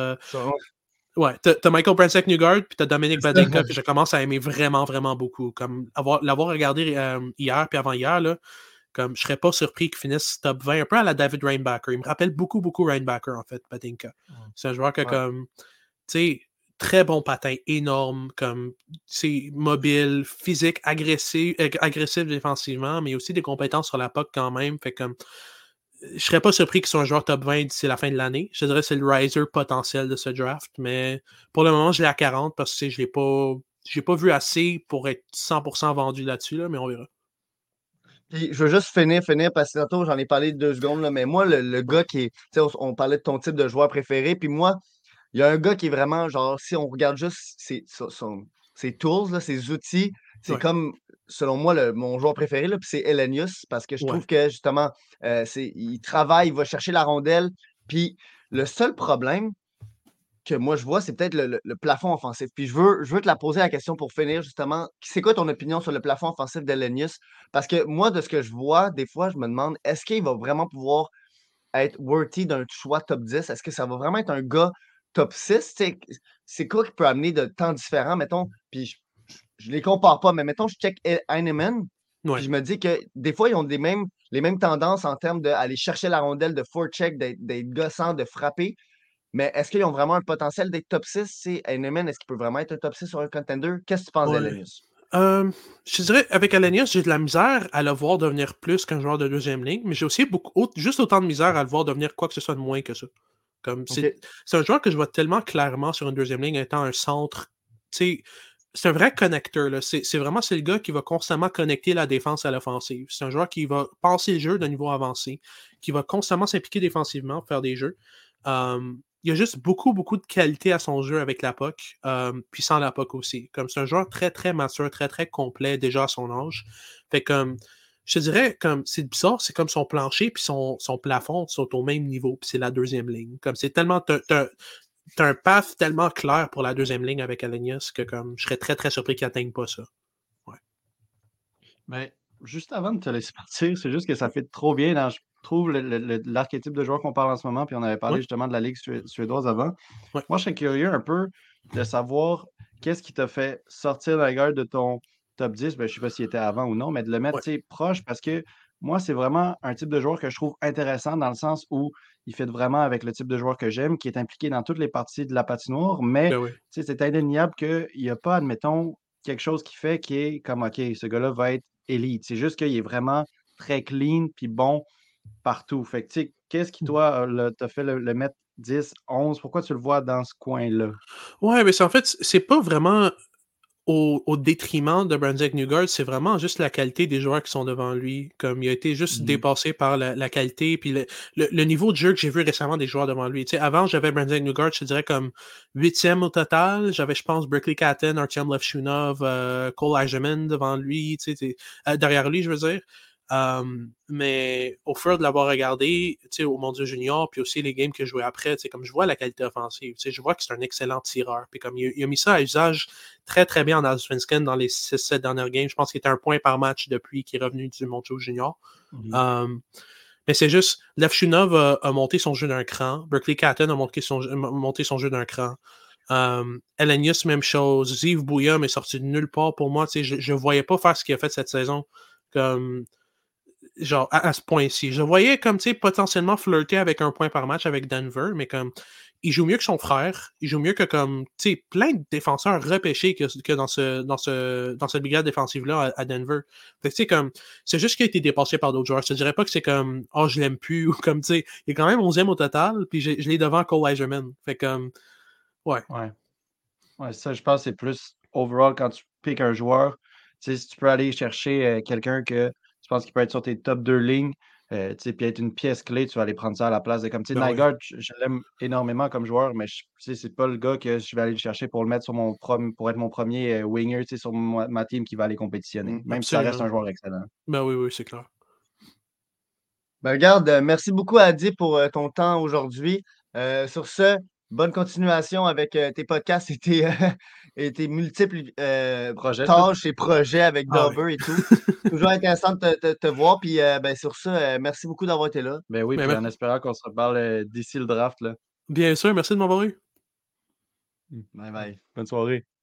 T'as Michael Bransek-Newgard, puis t'as Dominic C'est ça. Badinka, que je commence à aimer vraiment, vraiment beaucoup. Comme l'avoir regardé hier puis avant-hier, là, comme je serais pas surpris qu'il finisse top 20, un peu à la David Reinbacher. Il me rappelle beaucoup, beaucoup Reinbacher, en fait, Badinka. C'est un joueur que, Ouais. comme, tu sais, très bon patin, énorme, comme, c'est mobile, physique, agressif défensivement, mais aussi des compétences sur la puck quand même. Fait comme, je serais pas surpris qu'il soit un joueur top 20 d'ici la fin de l'année. Je te dirais que c'est le riser potentiel de ce draft, mais pour le moment, je l'ai à 40 parce que je l'ai pas vu assez pour être 100% vendu là-dessus, là, mais on verra. Puis, je veux juste finir parce que tantôt, j'en ai parlé 2 secondes, là, mais moi, le gars qui est. Tu sais, on parlait de ton type de joueur préféré, puis moi, il y a un gars qui est vraiment, genre, si on regarde juste ses tools, là, ses outils, c'est Ouais, comme, selon moi, mon joueur préféré, là, puis c'est Elenius, parce que je ouais, trouve que, justement, il travaille, il va chercher la rondelle, puis le seul problème, que moi je vois, c'est peut-être le plafond offensif. Puis je veux te la poser la question pour finir, justement. C'est quoi ton opinion sur le plafond offensif d'Elenius? Parce que moi, de ce que je vois, des fois, je me demande, est-ce qu'il va vraiment pouvoir être worthy d'un choix top 10? Est-ce que ça va vraiment être un gars top 6? Tu sais, c'est quoi qui peut amener de temps différents, mettons? Puis je les compare pas, mais mettons, je check Heinemann, puis ouais. je me dis que des fois, ils ont les mêmes tendances en termes d'aller chercher la rondelle, de forecheck, d'être gossant, de frapper. Mais est-ce qu'ils ont vraiment un potentiel d'être top 6? C'est Heinemann, est-ce qu'il peut vraiment être un top 6 sur un contender? Qu'est-ce que tu penses Ouais. d'Elenius? Je te dirais, avec Alenius, j'ai de la misère à le voir devenir plus qu'un joueur de deuxième ligne, mais j'ai aussi juste autant de misère à le voir devenir quoi que ce soit de moins que ça. Comme OK. c'est un joueur que je vois tellement clairement sur une deuxième ligne étant un centre. Tu sais, c'est un vrai connecteur. Là. C'est le gars qui va constamment connecter la défense à l'offensive. C'est un joueur qui va penser le jeu d'un niveau avancé, qui va constamment s'impliquer défensivement, faire des jeux. il y a juste beaucoup, beaucoup de qualité à son jeu avec la POC, puis sans la POC aussi. Comme c'est un joueur très, très mature, très, très complet déjà à son âge. Fait comme, je te dirais, comme c'est bizarre, c'est comme son plancher puis son plafond sont au même niveau, puis c'est la deuxième ligne. Comme c'est tellement. T'as un path tellement clair pour la deuxième ligne avec Alenius que comme je serais très, très surpris qu'il n'atteigne pas ça. Ouais. Mais juste avant de te laisser partir, c'est juste que ça fait trop bien dans, je trouve, l'archétype de joueur qu'on parle en ce moment, puis on avait parlé Ouais. justement de la Ligue suédoise avant. Ouais. Moi, je serais curieux un peu de savoir qu'est-ce qui t'a fait sortir la garde de ton top 10. Ben, je ne sais pas s'il était avant ou non, mais de le mettre Ouais. proche parce que moi, c'est vraiment un type de joueur que je trouve intéressant dans le sens où il fait vraiment avec le type de joueur que j'aime, qui est impliqué dans toutes les parties de la patinoire, mais Ben oui. c'est indéniable qu'il n'y a pas, admettons, quelque chose qui fait qui est comme OK, ce gars-là va être élite. C'est juste qu'il est vraiment très clean puis bon partout. Fait que, tu sais, qu'est-ce qui, toi, t'a fait le mettre 10, 11? Pourquoi tu le vois dans ce coin-là? Ouais, mais en fait, c'est pas vraiment au détriment de Brandon Newgard, c'est vraiment juste la qualité des joueurs qui sont devant lui. Comme il a été juste dépassé par la qualité puis le niveau de jeu que j'ai vu récemment des joueurs devant lui. Tu sais, avant, j'avais Brandon Newgard, je te dirais comme 8e au total. J'avais, je pense, Berkeley Catton, Artyom Levchunov, Cole Eiserman devant lui, tu sais, derrière lui, je veux dire. Mais au fur de l'avoir regardé, tu sais, au Mondial Junior, puis aussi les games que je jouais après, tu sais, comme je vois la qualité offensive, tu sais, je vois que c'est un excellent tireur. Puis comme il a mis ça à usage très très bien en Allsvenskan dans les 6-7 dernières games. Je pense qu'il était un point par match depuis qu'il est revenu du Mondial Junior. Mais c'est juste, Levchunov a monté son jeu d'un cran. Berkeley Catton a monté son jeu d'un cran. Elenius, même chose. Ziv Bouillum est sorti de nulle part pour moi. Je ne voyais pas faire ce qu'il a fait cette saison. Comme, genre, à ce point-ci. Je voyais comme, tu sais, potentiellement flirter avec un point par match avec Denver, mais comme, il joue mieux que son frère. Il joue mieux que, comme, tu sais, plein de défenseurs repêchés que dans cette brigade défensive-là à Denver. Fait que, tu sais, comme, c'est juste qu'il a été dépassé par d'autres joueurs. Je te dirais pas que c'est comme, oh, je l'aime plus, ou comme, tu sais, il est quand même 11e au total, puis je l'ai devant Cole Eiserman. Fait comme, ouais. Ouais, ça, je pense que c'est plus overall quand tu piques un joueur. Tu sais, si tu peux aller chercher quelqu'un que tu penses qu'il peut être sur tes top 2 lignes, tu sais, puis être une pièce clé, tu vas aller prendre ça à la place de comme, tu sais, Ben oui. Nygaard, je l'aime énormément comme joueur, mais tu sais, c'est pas le gars que je vais aller le chercher pour le mettre sur pour être mon premier winger, tu sais, sur ma team qui va aller compétitionner, même si ça reste un joueur excellent. Ben oui, c'est clair. Ben regarde, merci beaucoup Adi pour ton temps aujourd'hui. Sur ce, bonne continuation avec tes podcasts et et tes multiples Projet. tâches et projets avec Ah Dover et tout. Toujours intéressant de te voir. Puis ben, sur ça, merci beaucoup d'avoir été là. Ben oui, Mais puis en espérant qu'on se reparle d'ici le draft, là. bien sûr, merci de m'avoir eu. Bye bye. Bonne soirée.